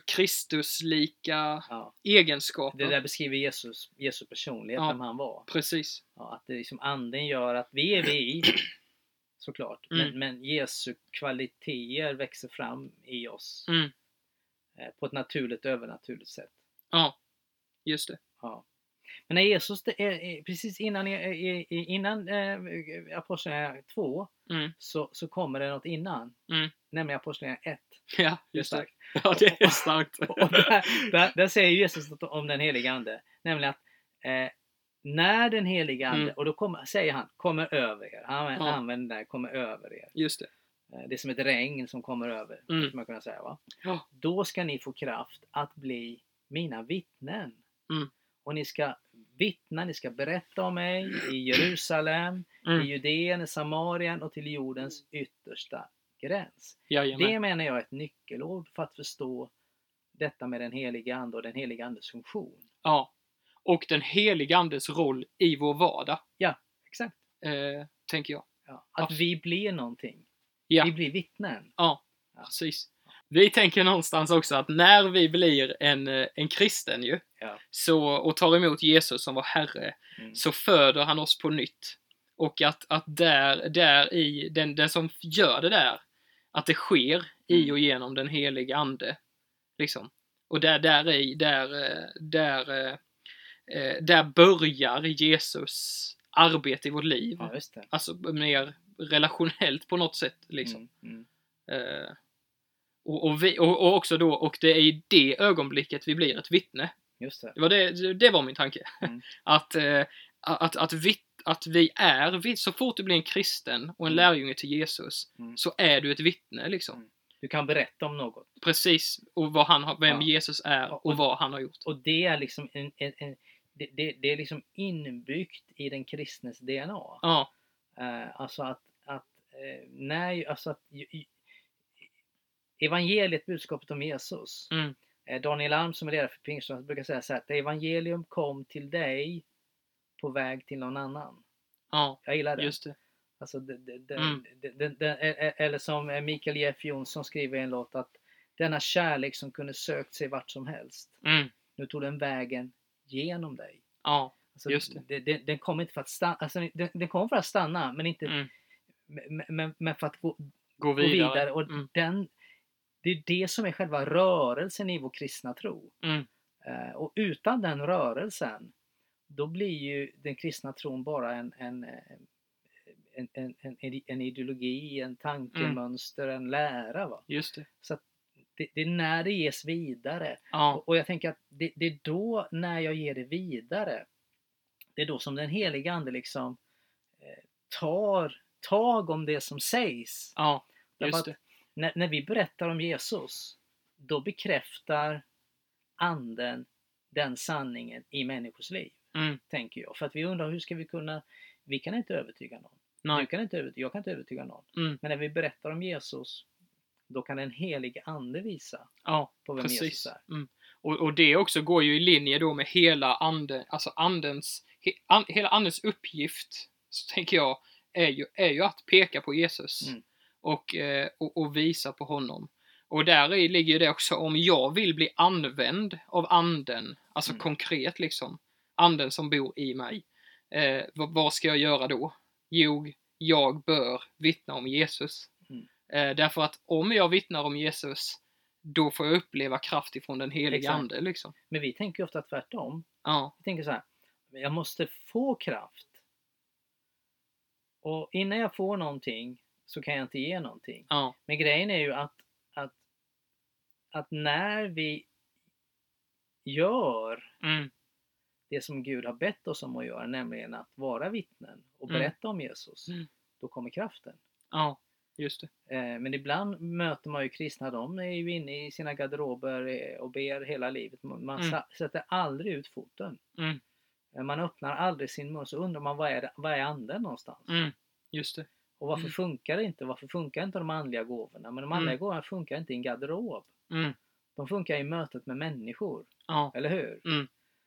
Speaker 1: Kristuslika
Speaker 2: Ja.
Speaker 1: egenskaper.
Speaker 2: Det där beskriver Jesus, Jesu personlighet,
Speaker 1: Ja.
Speaker 2: vem han var.
Speaker 1: Precis.
Speaker 2: Ja, att det liksom anden gör att vi är vi, såklart.
Speaker 1: Mm.
Speaker 2: Men, men Jesu kvaliteter växer fram i oss
Speaker 1: Mm.
Speaker 2: eh, på ett naturligt, övernaturligt sätt.
Speaker 1: Ja, just det.
Speaker 2: Ja. Men när Jesus, det är, är, precis innan, i- i- innan eh, Apostlagärningarna två,
Speaker 1: Mm.
Speaker 2: så, så kommer det något innan.
Speaker 1: Mm.
Speaker 2: Nämligen Apostlagärningarna ett.
Speaker 1: Ja,
Speaker 2: Det är
Speaker 1: just det.
Speaker 2: starkt.
Speaker 1: Ja, det är starkt.
Speaker 2: Och där, där, där säger Jesus om den heliga ande. Nämligen att eh, när den heliga ande,
Speaker 1: Mm.
Speaker 2: och då kommer, säger han, kommer över er. Han
Speaker 1: Ja.
Speaker 2: använder det där, kommer över er.
Speaker 1: Just det.
Speaker 2: Eh, Det är som ett regn som kommer över,
Speaker 1: Mm.
Speaker 2: skulle man kunna säga. Va?
Speaker 1: Ja.
Speaker 2: Då ska ni få kraft att bli mina vittnen.
Speaker 1: Mm.
Speaker 2: Och ni ska vittna, ni ska berätta om mig i Jerusalem, i
Speaker 1: Mm.
Speaker 2: Judeen, i Samarien och till jordens yttersta gräns.
Speaker 1: Jajamän.
Speaker 2: Det menar jag är ett nyckelord för att förstå detta med den heliga ande och den heliga andes funktion.
Speaker 1: Ja. Och den heliga andes roll i vår vardag,
Speaker 2: Exakt.
Speaker 1: eh, tänker jag.
Speaker 2: Ja. Att vi blir någonting.
Speaker 1: Ja.
Speaker 2: Vi blir vittnen.
Speaker 1: Ja,
Speaker 2: Ja.
Speaker 1: precis. Vi tänker någonstans också att när vi blir en, eh, en kristen ju,
Speaker 2: Ja.
Speaker 1: så, och tar emot Jesus som vår Herre,
Speaker 2: Mm.
Speaker 1: så föder han oss på nytt. Och att, att där, där i, den, den som gör det där, att det sker i
Speaker 2: Mm.
Speaker 1: och genom den heliga ande. Liksom. Och där, där i, där, eh, där, eh, eh, där börjar Jesus arbete i vårt liv.
Speaker 2: Ja, just det.
Speaker 1: Alltså mer relationellt på något sätt, liksom.
Speaker 2: Mm. Mm.
Speaker 1: Eh, och, och, vi, och, och också då, och det är i det ögonblicket vi blir ett vittne.
Speaker 2: Just det.
Speaker 1: Det var, det, det var min tanke.
Speaker 2: Mm.
Speaker 1: att, eh, att, att, vitt, att vi är, vitt, så fort du blir en kristen och en
Speaker 2: Mm.
Speaker 1: lärjunge till Jesus,
Speaker 2: Mm.
Speaker 1: så är du ett vittne liksom.
Speaker 2: Mm. Du kan berätta om något.
Speaker 1: Precis, och vad han har, vem
Speaker 2: Ja.
Speaker 1: Jesus är och,
Speaker 2: Och-
Speaker 1: vad han har gjort.
Speaker 2: Och det är liksom en, en, en det, det, det är liksom inbyggt i den kristnes D N A.
Speaker 1: Ja,
Speaker 2: Eh, alltså att, att eh, när, alltså att ju- ju- evangeliet, budskapet om Jesus.
Speaker 1: Mm.
Speaker 2: Eh, Daniel Alm som är ledare för Pingströrelsen brukar säga så här, att evangelium kom till dig på väg till någon annan.
Speaker 1: ja,
Speaker 2: Jag gillar det.
Speaker 1: just det.
Speaker 2: Alltså det, det, det,
Speaker 1: Mm.
Speaker 2: det, det, det, eller som Mikael Jeff Jonsson skriver i en låt att Denna kärlek som kunde sökt sig vart som helst.
Speaker 1: Mm.
Speaker 2: Nu tog den vägen genom dig.
Speaker 1: Ja,
Speaker 2: Alltså,
Speaker 1: just det.
Speaker 2: det, det den kom inte för att stanna, alltså, den, den kom för att stanna, men inte
Speaker 1: Mm.
Speaker 2: men, men, men för att gå,
Speaker 1: Gå
Speaker 2: gå
Speaker 1: vidare.
Speaker 2: vidare. Och
Speaker 1: Mm.
Speaker 2: den, det är det som är själva rörelsen i vår kristna tro.
Speaker 1: Mm.
Speaker 2: Eh, och utan den rörelsen, då blir ju den kristna tron bara en, en, en, en, en, en ideologi, en tankemönster, en lära. Va?
Speaker 1: Just det.
Speaker 2: Så att det, det är när det ges vidare.
Speaker 1: Ja.
Speaker 2: Och, och jag tänker att det, det är då, när jag ger det vidare, det är då som den heliga ande liksom eh, tar tag om det som sägs.
Speaker 1: Ja,
Speaker 2: Därför
Speaker 1: just
Speaker 2: att
Speaker 1: det.
Speaker 2: När, när vi berättar om Jesus, då bekräftar anden den sanningen i människors liv,
Speaker 1: Mm.
Speaker 2: tänker jag. För att vi undrar, hur ska vi kunna, vi kan inte övertyga någon.
Speaker 1: Nej.
Speaker 2: Du kan inte övertyga, jag kan inte övertyga någon.
Speaker 1: Mm.
Speaker 2: Men när vi berättar om Jesus, då kan den helige ande visa
Speaker 1: Ja,
Speaker 2: på vem Jesus
Speaker 1: precis.
Speaker 2: är.
Speaker 1: Mm. Och, och det också går ju i linje då med hela anden, alltså andens, he, an, hela andens uppgift, så tänker jag, är ju, är ju att peka på Jesus.
Speaker 2: Mm.
Speaker 1: Och, eh, och, och visa på honom. Och där i ligger ju det också, om jag vill bli använd av anden, alltså
Speaker 2: Mm.
Speaker 1: konkret liksom, anden som bor i mig, eh, vad, vad ska jag göra då? Jo, jag bör vittna om Jesus.
Speaker 2: Mm.
Speaker 1: Eh, därför att om jag vittnar om Jesus, då får jag uppleva kraft ifrån den heliga
Speaker 2: Exakt.
Speaker 1: ande liksom.
Speaker 2: Men vi tänker ofta tvärtom.
Speaker 1: Ja,
Speaker 2: Vi tänker så här, jag måste få kraft. Och innan jag får någonting så kan jag inte ge någonting.
Speaker 1: ja,
Speaker 2: Men grejen är ju att, att, att när vi gör
Speaker 1: mm,
Speaker 2: det som Gud har bett oss om att göra, nämligen att vara vittnen och
Speaker 1: Mm.
Speaker 2: berätta om Jesus,
Speaker 1: Mm.
Speaker 2: då kommer kraften.
Speaker 1: ja, just det.
Speaker 2: Eh, Men ibland möter man ju kristna, de är ju inne i sina garderober eh, och ber hela livet. Man
Speaker 1: Mm.
Speaker 2: sa- sätter aldrig ut foten.
Speaker 1: Mm.
Speaker 2: Eh, Man öppnar aldrig sin mun, så undrar man, vad är, det, vad är anden någonstans?
Speaker 1: Mm, just det.
Speaker 2: Och varför
Speaker 1: Mm.
Speaker 2: funkar det inte? Varför funkar inte de andliga gåvorna? Men de andliga
Speaker 1: Mm.
Speaker 2: gåvorna funkar inte i en garderob.
Speaker 1: Mm,
Speaker 2: De funkar i mötet med människor,
Speaker 1: ja,
Speaker 2: eller hur?
Speaker 1: mm,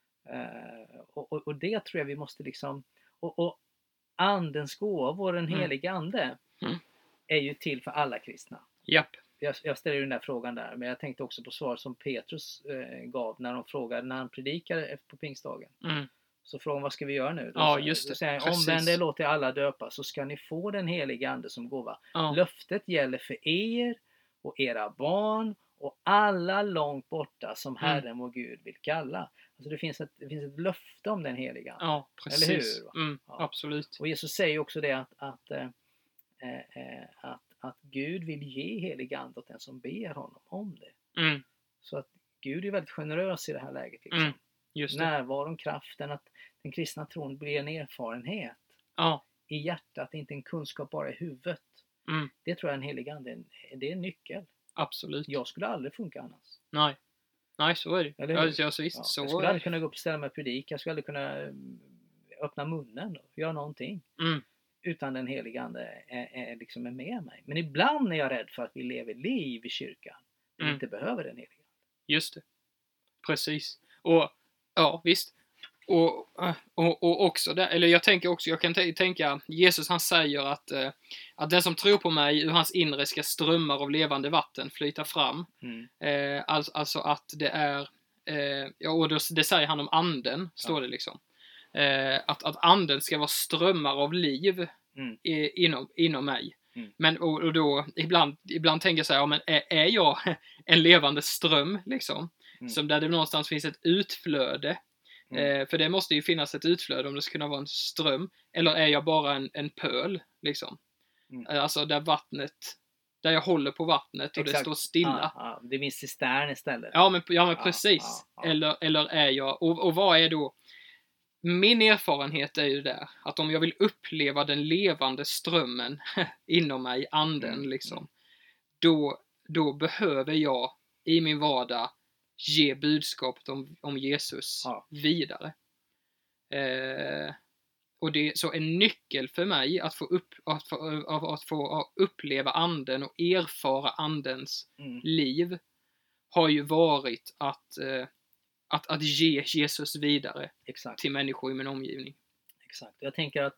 Speaker 2: Eh, och, och, och det tror jag vi måste liksom... Och, och andens gåvor, den
Speaker 1: Mm.
Speaker 2: heliga ande,
Speaker 1: Mm.
Speaker 2: är ju till för alla kristna.
Speaker 1: japp.
Speaker 2: Jag, jag ställer ju den där frågan där, men jag tänkte också på svar som Petrus eh, gav när de frågade, när han predikade efter på pingstdagen.
Speaker 1: Mm,
Speaker 2: Så frågan, vad ska vi göra nu? Då
Speaker 1: Ja,
Speaker 2: sa-
Speaker 1: just
Speaker 2: då
Speaker 1: det.
Speaker 2: säger han,
Speaker 1: Precis.
Speaker 2: omvänd er, låt er alla döpa, så ska ni få den heliga ande som gåva.
Speaker 1: ja,
Speaker 2: Löftet gäller för er och era barn och alla långt borta som
Speaker 1: Mm.
Speaker 2: Herren vår Gud vill kalla. Alltså det finns ett, det finns ett löfte om den heliga ande.
Speaker 1: ja, precis.
Speaker 2: Eller hur, va?
Speaker 1: Mm,
Speaker 2: Ja.
Speaker 1: absolut.
Speaker 2: Och Jesus säger också det att, att, eh, eh, att, att Gud vill ge helig ande åt den som ber honom om det.
Speaker 1: Mm,
Speaker 2: Så att Gud är väldigt generös i det här läget. Liksom.
Speaker 1: Mm. just det.
Speaker 2: Närvaron, kraften, att den kristna tron blir en erfarenhet
Speaker 1: Ja,
Speaker 2: i hjärtat, inte en kunskap bara i huvudet.
Speaker 1: mm,
Speaker 2: Det tror jag en helig ande är en, det är en nyckel.
Speaker 1: absolut.
Speaker 2: Jag skulle aldrig funka annars.
Speaker 1: Nej. Nej, så är det.
Speaker 2: Eller
Speaker 1: Ja,
Speaker 2: hur?
Speaker 1: ja, så visst,
Speaker 2: Ja,
Speaker 1: så
Speaker 2: jag
Speaker 1: är
Speaker 2: skulle
Speaker 1: det.
Speaker 2: aldrig kunna gå upp och ställa mig och predika. Jag skulle aldrig kunna mm, öppna munnen och göra någonting.
Speaker 1: Mm,
Speaker 2: Utan den heliga ande är, är liksom är med mig. Men ibland är jag rädd för att vi lever liv i kyrkan. Vi
Speaker 1: Mm.
Speaker 2: inte behöver den heliga ande.
Speaker 1: just det. Precis. Och, ja, visst. Och, och, och också där, eller jag tänker också, jag kan t- tänka, Jesus han säger att, eh, att den som tror på mig, ur hans inre ska strömmar av levande vatten flyta fram.
Speaker 2: Mm.
Speaker 1: Eh, alltså, alltså att det är, eh, ja, och det, det säger han om anden, står
Speaker 2: Ja.
Speaker 1: det liksom. Eh, att, att anden ska vara strömmar av liv
Speaker 2: Mm.
Speaker 1: i, inom, inom mig.
Speaker 2: Mm.
Speaker 1: Men och, och då, ibland, ibland tänker jag så här, ja, men är, är jag en levande ström liksom?
Speaker 2: Mm.
Speaker 1: Som där det någonstans finns ett utflöde.
Speaker 2: Mm.
Speaker 1: Eh, för det måste ju finnas ett utflöde om det ska kunna vara en ström. Eller är jag bara en, en pöl liksom?
Speaker 2: Mm.
Speaker 1: Eh, alltså där vattnet, där jag håller på vattnet och det
Speaker 2: Exakt.
Speaker 1: står stilla.
Speaker 2: Ja, ja, det är min cistern istället.
Speaker 1: Ja men, ja, men
Speaker 2: Ja,
Speaker 1: precis.
Speaker 2: ja, ja.
Speaker 1: Eller, eller är jag, och, och vad är då? Min erfarenhet är ju där, att om jag vill uppleva den levande strömmen inom mig, anden
Speaker 2: Mm,
Speaker 1: liksom, då, då behöver jag i min vardag ge budskapet om, om Jesus
Speaker 2: Ja.
Speaker 1: vidare. Eh, och det är så en nyckel för mig att få, upp, att få, att, att få uppleva anden och erfara andens
Speaker 2: Mm.
Speaker 1: liv har ju varit att, eh, att, att ge Jesus vidare
Speaker 2: Exakt.
Speaker 1: till människor i min omgivning.
Speaker 2: Exakt. Jag tänker att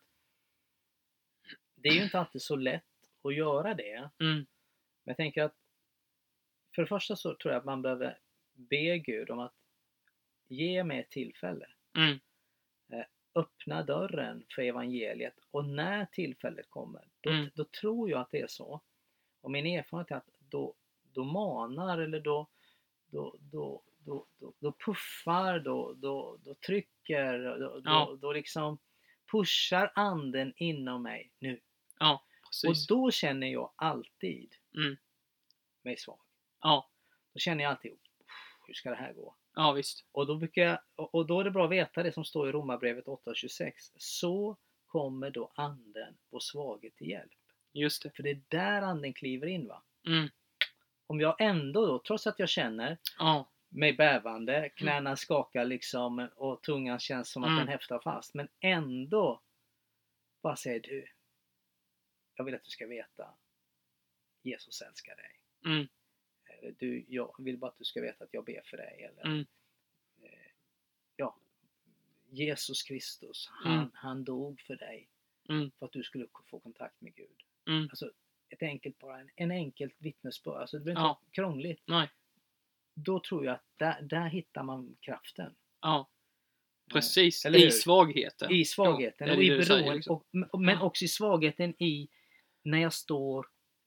Speaker 2: det är ju inte alltid så lätt att göra det.
Speaker 1: Mm,
Speaker 2: Men jag tänker att För det första så tror jag att man behöver be Gud om att ge mig ett tillfälle.
Speaker 1: Mm.
Speaker 2: Eh, öppna dörren för evangeliet. Och när tillfället kommer, då,
Speaker 1: Mm.
Speaker 2: då tror jag att det är så. Och min erfarenhet är att då, då manar eller då, då, då, då, då, då puffar, då, då, då trycker, då,
Speaker 1: Ja.
Speaker 2: då, då liksom pushar anden inom mig nu.
Speaker 1: Ja,
Speaker 2: Och
Speaker 1: precis.
Speaker 2: då känner jag alltid
Speaker 1: Mm.
Speaker 2: mig svag.
Speaker 1: Ja,
Speaker 2: Då känner jag alltid, hur ska det här gå?
Speaker 1: ja visst.
Speaker 2: Och då, brukar jag, och då är det bra att veta det som står i Romarbrevet åtta tjugosex. Så kommer då anden vår svaghet till hjälp.
Speaker 1: Just det.
Speaker 2: För det är där anden kliver in, va?
Speaker 1: Mm.
Speaker 2: Om jag ändå då, trots att jag känner
Speaker 1: Ja,
Speaker 2: mig bävande, knäna skakar liksom och tungan känns som att
Speaker 1: Mm.
Speaker 2: den häftar fast. Men ändå bara säger du, jag vill att du ska veta, Jesus älskar dig.
Speaker 1: mm.
Speaker 2: Eller du, jag vill bara att du ska veta att jag ber för dig. Eller,
Speaker 1: Mm.
Speaker 2: eh, ja, Jesus Kristus, han,
Speaker 1: Mm.
Speaker 2: han dog för dig.
Speaker 1: Mm.
Speaker 2: För att du skulle få kontakt med Gud.
Speaker 1: Mm.
Speaker 2: Alltså, ett enkelt bara, en, en enkelt vittnesbörd. Alltså, det behöver inte
Speaker 1: Ja.
Speaker 2: vara krångligt.
Speaker 1: Nej.
Speaker 2: Då tror jag att där, där hittar man kraften.
Speaker 1: Ja, precis.
Speaker 2: Eller hur?
Speaker 1: I svagheten.
Speaker 2: I svagheten
Speaker 1: Ja, det är
Speaker 2: och i
Speaker 1: det du säger,
Speaker 2: beroende.
Speaker 1: liksom.
Speaker 2: och, men
Speaker 1: Ja.
Speaker 2: också i svagheten i när jag står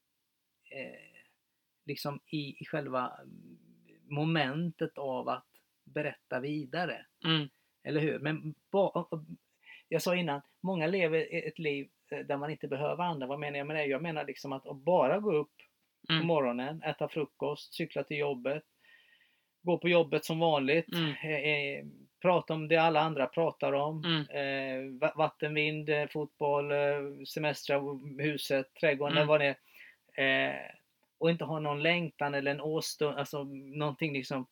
Speaker 2: eh, liksom i, i själva momentet av att berätta vidare.
Speaker 1: Mm.
Speaker 2: Eller hur? Men ba, jag sa innan, många lever ett liv där man inte behöver andra. Vad menar jag med det? Jag menar liksom att bara gå upp på
Speaker 1: Mm.
Speaker 2: morgonen, äta frukost, cykla till jobbet, gå på jobbet som vanligt,
Speaker 1: Mm.
Speaker 2: eh, eh, prata om det alla andra pratar om,
Speaker 1: Mm.
Speaker 2: eh, va- vatten, vind, eh, fotboll, eh, semestrar, huset, trädgården,
Speaker 1: Mm.
Speaker 2: vad det är. Eh, och inte ha någon längtan eller en åstund, alltså någonting liksom.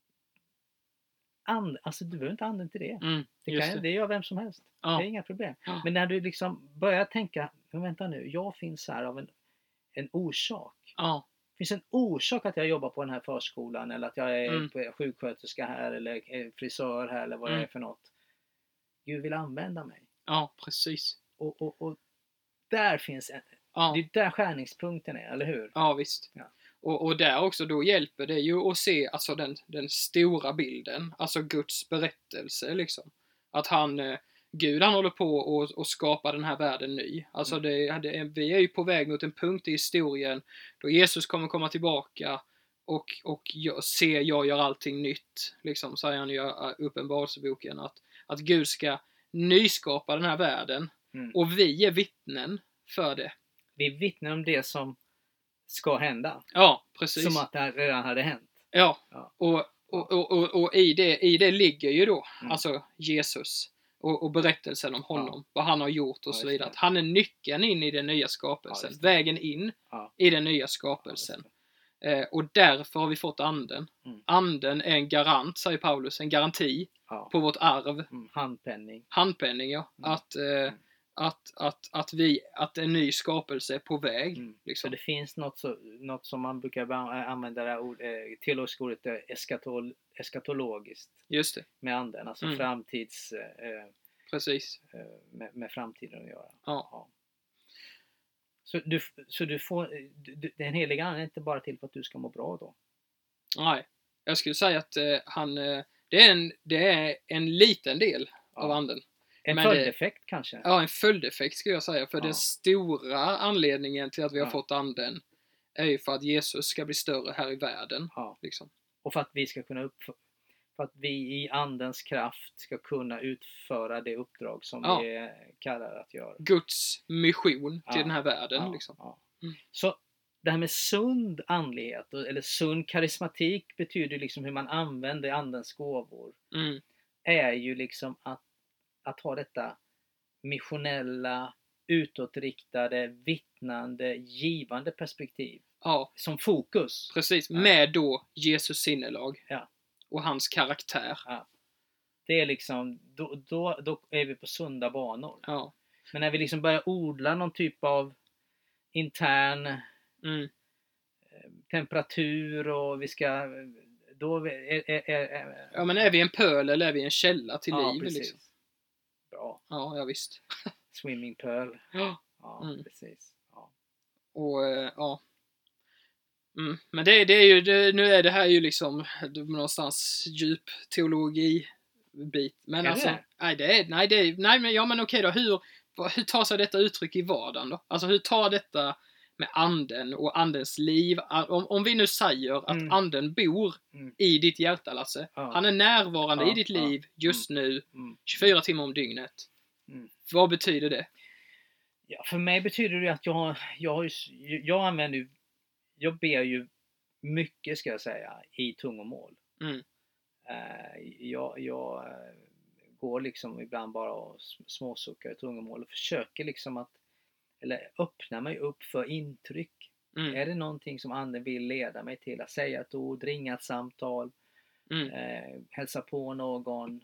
Speaker 2: And, alltså du behöver inte anden till det.
Speaker 1: Mm.
Speaker 2: Det,
Speaker 1: Just
Speaker 2: kan,
Speaker 1: det.
Speaker 2: det gör vem som helst.
Speaker 1: Ja.
Speaker 2: Det är inga problem.
Speaker 1: Ja.
Speaker 2: Men när du liksom börjar tänka, men vänta nu, jag finns här av en, en orsak.
Speaker 1: Ja.
Speaker 2: Det finns en orsak att jag jobbar på den här förskolan eller att jag är
Speaker 1: Mm.
Speaker 2: sjuksköterska här eller är frisör här eller vad
Speaker 1: Mm.
Speaker 2: det är för något. Gud vill använda mig.
Speaker 1: Ja, precis.
Speaker 2: Och, och, och där finns en,
Speaker 1: Ja.
Speaker 2: det är där skärningspunkten är, eller hur?
Speaker 1: Ja, visst.
Speaker 2: Ja.
Speaker 1: Och, och där också, då hjälper det ju att se alltså den, den stora bilden, alltså Guds berättelse liksom. Att han, eh, Gud han håller på och, och skapar den här världen ny. Alltså
Speaker 2: Mm.
Speaker 1: det, det, vi är ju på väg mot en punkt i historien då Jesus kommer komma tillbaka och, och jag, se jag gör allting nytt, liksom säger han i Uppenbarelseboken, att, att Gud ska nyskapa den här världen
Speaker 2: Mm.
Speaker 1: och vi är vittnen för det.
Speaker 2: Vi vittnar om det som ska hända.
Speaker 1: Ja, precis.
Speaker 2: Som att det här redan hade hänt.
Speaker 1: Ja,
Speaker 2: Ja.
Speaker 1: och, och, och, och, och i, det, i det ligger ju då
Speaker 2: Mm.
Speaker 1: alltså Jesus och, och berättelsen om honom, vad han har gjort och
Speaker 2: Ja,
Speaker 1: så
Speaker 2: just
Speaker 1: vidare.
Speaker 2: det.
Speaker 1: Att han är nyckeln in i den nya
Speaker 2: Ja,
Speaker 1: skapelsen,
Speaker 2: just det.
Speaker 1: vägen in
Speaker 2: Ja.
Speaker 1: i den nya
Speaker 2: Ja,
Speaker 1: skapelsen.
Speaker 2: just
Speaker 1: Eh, och därför har vi fått anden.
Speaker 2: Mm.
Speaker 1: Anden är en garant, säger Paulus, en garanti
Speaker 2: Ja.
Speaker 1: på vårt arv.
Speaker 2: Mm. Handpenning.
Speaker 1: Handpenning, ja.
Speaker 2: Mm.
Speaker 1: Att, eh,
Speaker 2: Mm.
Speaker 1: att, att, att, vi, att en ny skapelse är på väg.
Speaker 2: Mm. Så
Speaker 1: Liksom.
Speaker 2: det finns något, så, något som man brukar ba- använda det här ord, eh, teologiska ordet eh, eskatol, eskatologiskt
Speaker 1: Just det,
Speaker 2: med anden, alltså
Speaker 1: Mm.
Speaker 2: framtids eh,
Speaker 1: precis.
Speaker 2: eh, med, med framtiden att göra.
Speaker 1: Ja.
Speaker 2: Ja. Så, du, så du får, du, den heliga anden är inte bara till för att du ska må bra då?
Speaker 1: Nej, jag skulle säga att eh, han, eh, det, är en, det är en liten del av
Speaker 2: Ja.
Speaker 1: anden.
Speaker 2: En
Speaker 1: Men det-
Speaker 2: följdeffekt kanske?
Speaker 1: Ja, en följdeffekt skulle jag säga. För
Speaker 2: Ja.
Speaker 1: den stora anledningen till att vi har
Speaker 2: Ja.
Speaker 1: fått anden är ju för att Jesus ska bli större här i världen.
Speaker 2: Ja.
Speaker 1: Liksom.
Speaker 2: Och för att vi ska kunna upp, för att vi i andens kraft ska kunna utföra det uppdrag som
Speaker 1: Ja.
Speaker 2: vi är kallade att göra.
Speaker 1: Guds mission till
Speaker 2: Ja.
Speaker 1: den här världen.
Speaker 2: Ja,
Speaker 1: Liksom.
Speaker 2: ja.
Speaker 1: Mm.
Speaker 2: Så det här med sund andlighet eller sund karismatik betyder liksom hur man använder andens gåvor.
Speaker 1: Mm.
Speaker 2: Är ju liksom att, att ha detta missionella, utåtriktade, vittnande, givande perspektiv
Speaker 1: Ja,
Speaker 2: som fokus.
Speaker 1: precis.
Speaker 2: Ja.
Speaker 1: Med då Jesus sinnelag.
Speaker 2: Ja.
Speaker 1: Och hans karaktär.
Speaker 2: Det är liksom, då, då, då är vi på sunda banor.
Speaker 1: Ja.
Speaker 2: Men när vi liksom börjar odla någon typ av intern
Speaker 1: Mm.
Speaker 2: temperatur och vi ska, då är, är, är, är
Speaker 1: Ja, men är vi en pöl eller är vi en källa till
Speaker 2: ja,
Speaker 1: liv?
Speaker 2: precis.
Speaker 1: Liksom?
Speaker 2: Bra.
Speaker 1: Ja, ja, visst.
Speaker 2: Swimming pearl.
Speaker 1: Ja.
Speaker 2: Ja,
Speaker 1: Mm.
Speaker 2: precis. Ja.
Speaker 1: Och eh, ja. Mm. Men det, det är ju, det, nu är det här ju liksom någonstans djup teologi bit. Men
Speaker 2: är
Speaker 1: alltså,
Speaker 2: det?
Speaker 1: nej det är, nej det är, nej men ja men okej då, hur, hur tar sig detta uttryck i vardagen då? Alltså hur tar detta med anden och andens liv, om, om vi nu säger att
Speaker 2: Mm.
Speaker 1: anden bor
Speaker 2: Mm.
Speaker 1: i ditt hjärta, Lasse.
Speaker 2: Ja.
Speaker 1: Han är närvarande
Speaker 2: Ja,
Speaker 1: i ditt
Speaker 2: ja.
Speaker 1: liv just nu,
Speaker 2: Mm.
Speaker 1: tjugofyra timmar om dygnet.
Speaker 2: Mm.
Speaker 1: Vad betyder det?
Speaker 2: Ja, för mig betyder det att jag, jag, har ju, jag använder ju, jag ber ju mycket ska jag säga i tungomål.
Speaker 1: Mm.
Speaker 2: Uh, jag, jag uh, går liksom ibland bara och småsuckar i tungomål och försöker liksom att, eller öppna mig upp för intryck.
Speaker 1: Mm.
Speaker 2: Är det någonting som anden vill leda mig till, att säga ett ord, ringa ett samtal,
Speaker 1: Mm.
Speaker 2: uh, hälsa på någon,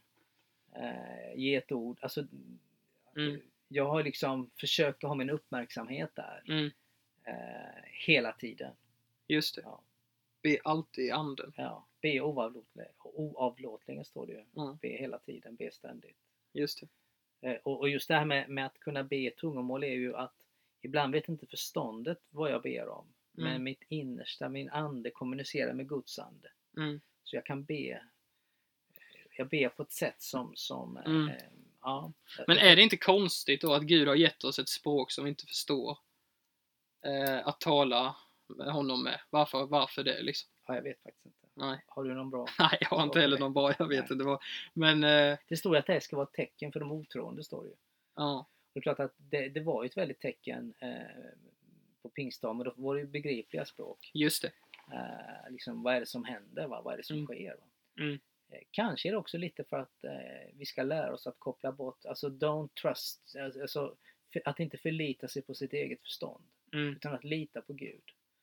Speaker 2: uh, ge ett ord, alltså
Speaker 1: Mm.
Speaker 2: jag har liksom försökt ha min uppmärksamhet där
Speaker 1: Mm.
Speaker 2: eh, hela tiden.
Speaker 1: Just det.
Speaker 2: Ja.
Speaker 1: Be alltid i anden.
Speaker 2: Ja. Be oavlåtligen, oavlåtligen står det ju.
Speaker 1: Mm.
Speaker 2: Be hela tiden, be ständigt.
Speaker 1: Just det.
Speaker 2: Eh, och, och just det här med, med att kunna be tungomål är ju att ibland vet inte förståndet vad jag ber om.
Speaker 1: Mm.
Speaker 2: Men mitt innersta, min ande kommunicerar med Guds ande.
Speaker 1: Mm.
Speaker 2: Så jag kan be, jag ber på ett sätt som, som
Speaker 1: Mm.
Speaker 2: eh, ja.
Speaker 1: Men är det inte konstigt då att Gud har gett oss ett språk som vi inte förstår? Eh, att tala med honom med. Varför, varför det liksom?
Speaker 2: Ja, jag vet faktiskt inte.
Speaker 1: Nej.
Speaker 2: Har du någon bra?
Speaker 1: Nej, jag har inte heller någon bra, jag vet
Speaker 2: Nej.
Speaker 1: inte vad. Men, eh,
Speaker 2: Det står ju att det här ska vara ett tecken för de otroende, står det ju.
Speaker 1: ja.
Speaker 2: Det är klart att det, det var ju ett väldigt tecken eh, på pingstdagen, men då var det ju begripliga språk.
Speaker 1: Just det.
Speaker 2: Eh, liksom, vad är det som händer? Va? Vad är det som
Speaker 1: Mm.
Speaker 2: sker? Va?
Speaker 1: Mm.
Speaker 2: Eh, kanske är det också lite för att eh, vi ska lära oss att koppla bort, alltså don't trust, alltså för, att inte förlita sig på sitt eget förstånd,
Speaker 1: Mm.
Speaker 2: utan att lita på Gud.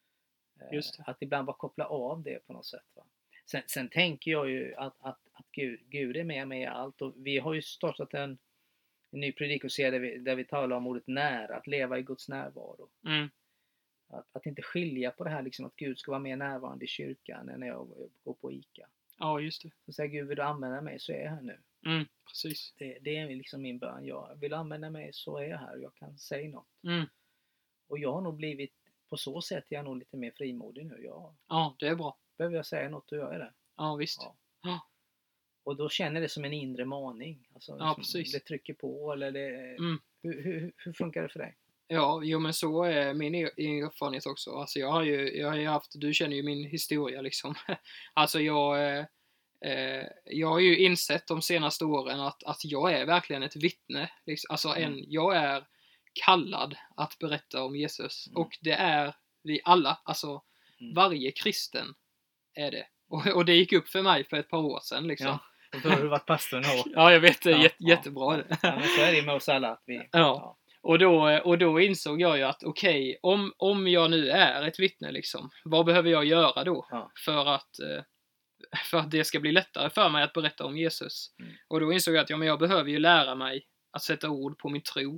Speaker 2: Eh,
Speaker 1: Just det.
Speaker 2: Att ibland bara koppla av det på något sätt. Va? Sen, sen tänker jag ju att, att, att Gud, Gud är med mig i allt, och vi har ju startat en En ny predikoserie där vi, där vi talar om ordet nära, att leva i Guds närvaro.
Speaker 1: Mm.
Speaker 2: Att, att inte skilja på det här liksom, att Gud ska vara mer närvarande i kyrkan än när jag går på ICA.
Speaker 1: Ja, just det.
Speaker 2: Så säger Gud, vill du använda mig så är jag här nu.
Speaker 1: Mm. Precis.
Speaker 2: Det, det är liksom min bön. Jag vill använda mig så är jag här, jag kan säga något.
Speaker 1: Mm.
Speaker 2: Och jag har nog blivit, på så sätt är jag nog lite mer frimodig nu. Jag,
Speaker 1: Ja, det är bra.
Speaker 2: behöver jag säga något, då gör jag det.
Speaker 1: Ja, visst.
Speaker 2: Ja.
Speaker 1: Ja.
Speaker 2: Och då känner det som en inre maning. Alltså,
Speaker 1: Ja, precis.
Speaker 2: Det trycker på, eller det...
Speaker 1: Mm.
Speaker 2: Hur, hur, hur funkar det för dig?
Speaker 1: Ja, jo men så är min erfarenhet också. Alltså jag har ju, jag har ju haft, du känner ju min historia liksom. Alltså jag, eh, eh, jag har ju insett de senaste åren att, att jag är verkligen ett vittne. Liksom. Alltså en,
Speaker 2: Mm.
Speaker 1: jag är kallad att berätta om Jesus.
Speaker 2: Mm.
Speaker 1: Och det är vi alla, alltså
Speaker 2: Mm.
Speaker 1: varje kristen är det. Och, och det gick upp för mig för ett par år sedan liksom.
Speaker 2: Ja, och då har du varit pastor nu.
Speaker 1: Ja, jag vet, det är
Speaker 2: Ja,
Speaker 1: jätte,
Speaker 2: ja.
Speaker 1: jättebra det.
Speaker 2: Ja, men så är det med oss alla. Att vi,
Speaker 1: Ja.
Speaker 2: ja.
Speaker 1: Och då, och då insåg jag ju att okej, okay, om, om jag nu är ett vittne liksom, vad behöver jag göra då
Speaker 2: Ja.
Speaker 1: för att, eh, för att det ska bli lättare för mig att berätta om Jesus?
Speaker 2: Mm.
Speaker 1: Och då insåg jag att ja, men jag behöver ju lära mig att sätta ord på min tro.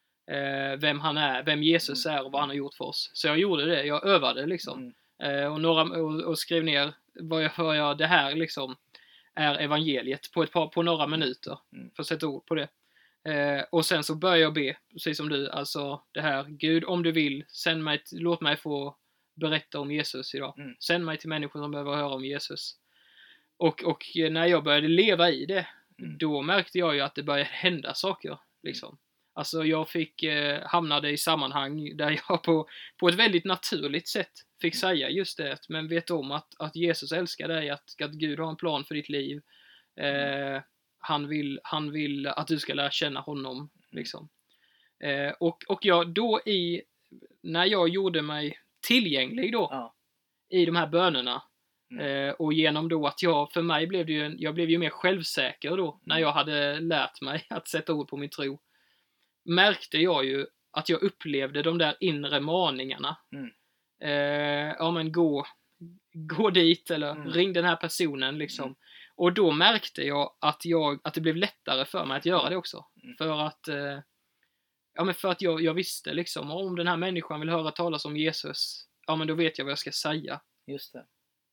Speaker 1: Eh, vem han är, vem Jesus
Speaker 2: Mm.
Speaker 1: är och vad han har gjort för oss. Så jag gjorde det, jag övade liksom.
Speaker 2: Mm.
Speaker 1: Eh, och, några, och, och skrev ner vad jag, vad jag, det här liksom är evangeliet på, ett par, på några minuter.
Speaker 2: Mm.
Speaker 1: För att sätta ord på det. Eh, och sen så börjar jag be, precis som du, alltså det här, Gud om du vill, sänd mig, låt mig få berätta om Jesus idag.
Speaker 2: Mm.
Speaker 1: Sänd mig till människor som behöver höra om Jesus. Och, och när jag började leva i det,
Speaker 2: Mm.
Speaker 1: då märkte jag ju att det började hända saker. Liksom. Alltså jag fick, eh, hamnade i sammanhang där jag på, på ett väldigt naturligt sätt fick säga just det, men vet om att, att Jesus älskar dig, att, att Gud har en plan för ditt liv. Eh, han, vill, han vill att du ska lära känna honom. Liksom. Eh, och, och jag då i, när jag gjorde mig tillgänglig då,
Speaker 2: Ja.
Speaker 1: i de här bönerna,
Speaker 2: Mm.
Speaker 1: eh, och genom då att jag, för mig blev det ju, en, jag blev ju mer självsäker då, när
Speaker 2: Mm.
Speaker 1: jag hade lärt mig att sätta ord på min tro, märkte jag ju att jag upplevde de där inre maningarna.
Speaker 2: Mm.
Speaker 1: Eh, ja men gå, gå dit eller
Speaker 2: Mm.
Speaker 1: ring den här personen liksom.
Speaker 2: Mm.
Speaker 1: Och då märkte jag att, jag att det blev lättare för mig att göra det också.
Speaker 2: Mm.
Speaker 1: För att, eh, ja, men för att jag, jag visste liksom, om den här människan vill höra talas om Jesus, ja men då vet jag vad jag ska säga.
Speaker 2: Just det.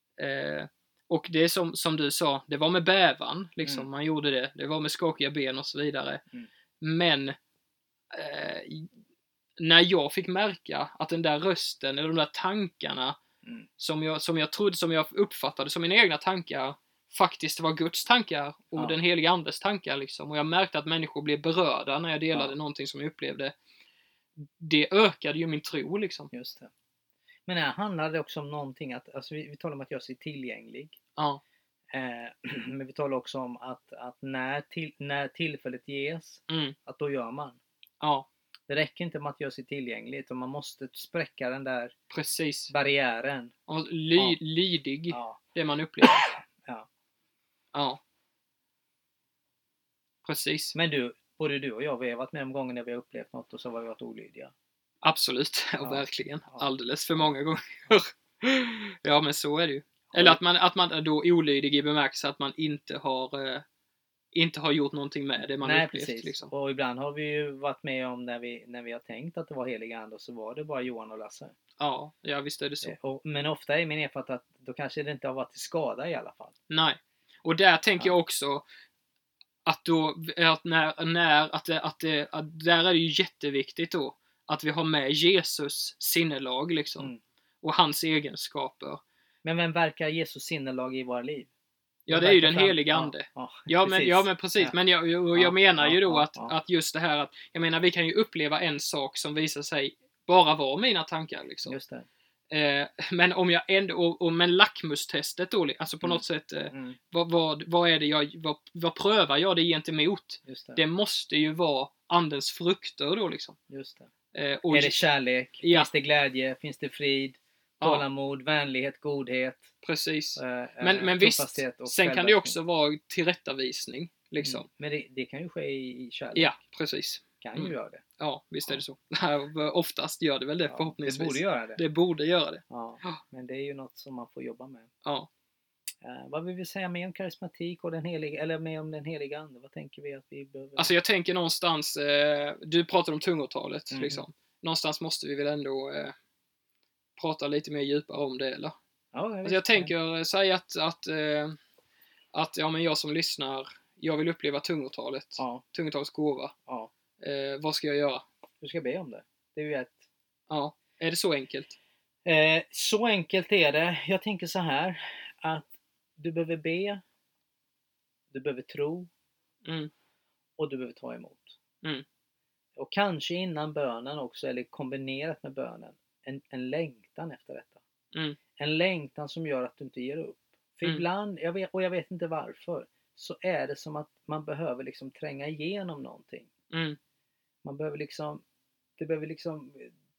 Speaker 1: Eh, och det är som, som du sa, det var med bävan liksom,
Speaker 2: Mm.
Speaker 1: man gjorde det. Det var med skakiga ben och så vidare.
Speaker 2: Mm.
Speaker 1: Men eh, när jag fick märka att den där rösten eller de där tankarna
Speaker 2: Mm.
Speaker 1: Som jag, som jag trodde, som jag uppfattade som mina egna tankar faktiskt var Guds tankar och
Speaker 2: Ja.
Speaker 1: den heliga andes tankar liksom. Och jag märkte att människor blev berörda när jag delade
Speaker 2: Ja.
Speaker 1: någonting som jag upplevde. Det ökade ju min tro liksom.
Speaker 2: Just det. Men här handlar det också om någonting att, alltså vi, vi talar om att göra sig tillgänglig.
Speaker 1: Ja.
Speaker 2: Eh, men vi talar också om att, att när, till, när tillfället ges,
Speaker 1: Mm.
Speaker 2: att då gör man.
Speaker 1: Ja.
Speaker 2: Det räcker inte med att göra sig tillgänglig, utan man måste spräcka den där
Speaker 1: Precis.
Speaker 2: barriären.
Speaker 1: Och ly,
Speaker 2: Ja.
Speaker 1: lydig.
Speaker 2: Ja.
Speaker 1: Det man upplever.
Speaker 2: Ja.
Speaker 1: Ja. Precis.
Speaker 2: Men du, både du och jag, vi har varit med om gånger när vi har upplevt något och så har vi varit olydiga.
Speaker 1: Absolut.
Speaker 2: Ja.
Speaker 1: Och verkligen.
Speaker 2: Ja.
Speaker 1: Alldeles för många gånger. Ja, men så är det ju. Eller att man, att man är då olydig i bemärkelse att man inte har eh, inte har gjort någonting med det man
Speaker 2: Nej,
Speaker 1: upplevt.
Speaker 2: precis.
Speaker 1: Liksom.
Speaker 2: Och ibland har vi ju varit med om när vi, när vi har tänkt att det var helig ande och så var det bara Johan och Lasse.
Speaker 1: Ja, ja, visst är det så.
Speaker 2: Eh, Och, men ofta är min erfarenhet att då kanske det inte har varit till skada i alla fall.
Speaker 1: Nej. Och där tänker
Speaker 2: Ja.
Speaker 1: jag också att då, att när, när att, det, att, det, att där är det ju jätteviktigt då att vi har med Jesus sinnelag liksom.
Speaker 2: Mm.
Speaker 1: Och hans egenskaper.
Speaker 2: Men vem verkar Jesus sinnelag i våra liv?
Speaker 1: Ja,
Speaker 2: Vem
Speaker 1: det är ju
Speaker 2: verkar
Speaker 1: den
Speaker 2: fram-
Speaker 1: heliga
Speaker 2: Ja,
Speaker 1: ande.
Speaker 2: ja,
Speaker 1: Ja men,
Speaker 2: precis.
Speaker 1: ja, men precis.
Speaker 2: Ja.
Speaker 1: Men jag, jag,
Speaker 2: Ja,
Speaker 1: jag menar ju
Speaker 2: ja,
Speaker 1: då
Speaker 2: ja,
Speaker 1: att,
Speaker 2: ja.
Speaker 1: att just det här att, jag menar vi kan ju uppleva en sak som visar sig bara vara mina tankar liksom.
Speaker 2: Just det.
Speaker 1: Eh, men om jag ändå, och, och, men lackmustestet då, alltså på
Speaker 2: Mm.
Speaker 1: något sätt, eh,
Speaker 2: Mm,
Speaker 1: vad, vad, vad är det jag, vad, vad prövar jag det gentemot?
Speaker 2: just det.
Speaker 1: Det måste ju vara andens frukter då liksom.
Speaker 2: Just det.
Speaker 1: Eh, och,
Speaker 2: Är det kärlek?
Speaker 1: Ja.
Speaker 2: Finns det glädje? Finns det frid?
Speaker 1: Ja.
Speaker 2: Tålamod? Vänlighet? Godhet?
Speaker 1: precis.
Speaker 2: eh,
Speaker 1: Men,
Speaker 2: eh,
Speaker 1: men visst,
Speaker 2: trofasthet och
Speaker 1: sen kan det ju
Speaker 2: självverkning.
Speaker 1: också vara tillrättavisning liksom.
Speaker 2: Mm. Men det, det kan ju ske i, i kärlek.
Speaker 1: Ja, precis.
Speaker 2: Kan ju
Speaker 1: Mm.
Speaker 2: göra det.
Speaker 1: Ja, visst är
Speaker 2: Ja.
Speaker 1: det så. Oftast gör det väl det
Speaker 2: Ja,
Speaker 1: förhoppningsvis.
Speaker 2: det borde göra det.
Speaker 1: Det borde göra det.
Speaker 2: Ja.
Speaker 1: Ja.
Speaker 2: Men det är ju något som man får jobba med.
Speaker 1: Ja.
Speaker 2: Eh, vad vill vi säga mer om karismatik och den heliga, eller mer om den heliga ande? Vad tänker vi att vi behöver?
Speaker 1: Alltså jag tänker någonstans, eh, du pratar om tungotalet
Speaker 2: Mhm.
Speaker 1: liksom. Någonstans måste vi väl ändå eh, prata lite mer djupare om det, eller?
Speaker 2: ja,
Speaker 1: Alltså jag tänker säga att, att, eh, att ja, men jag som lyssnar, jag vill uppleva tungotalet.
Speaker 2: Ja,
Speaker 1: Tungotalets gåva.
Speaker 2: ja.
Speaker 1: Eh, vad ska jag göra?
Speaker 2: Du ska be om det. Det är ju ett.
Speaker 1: Ja, är det så enkelt?
Speaker 2: Eh, så enkelt är det. Jag tänker så här. Att du behöver be. Du behöver tro.
Speaker 1: Mm.
Speaker 2: Och du behöver ta emot.
Speaker 1: Mm.
Speaker 2: Och kanske innan bönen också, eller kombinerat med bönen, en, en längtan efter detta.
Speaker 1: Mm.
Speaker 2: En längtan som gör att du inte ger upp. För
Speaker 1: Mm.
Speaker 2: ibland, jag vet, och jag vet inte varför, så är det som att man behöver liksom tränga igenom någonting.
Speaker 1: Mm.
Speaker 2: Man behöver liksom, det behöver liksom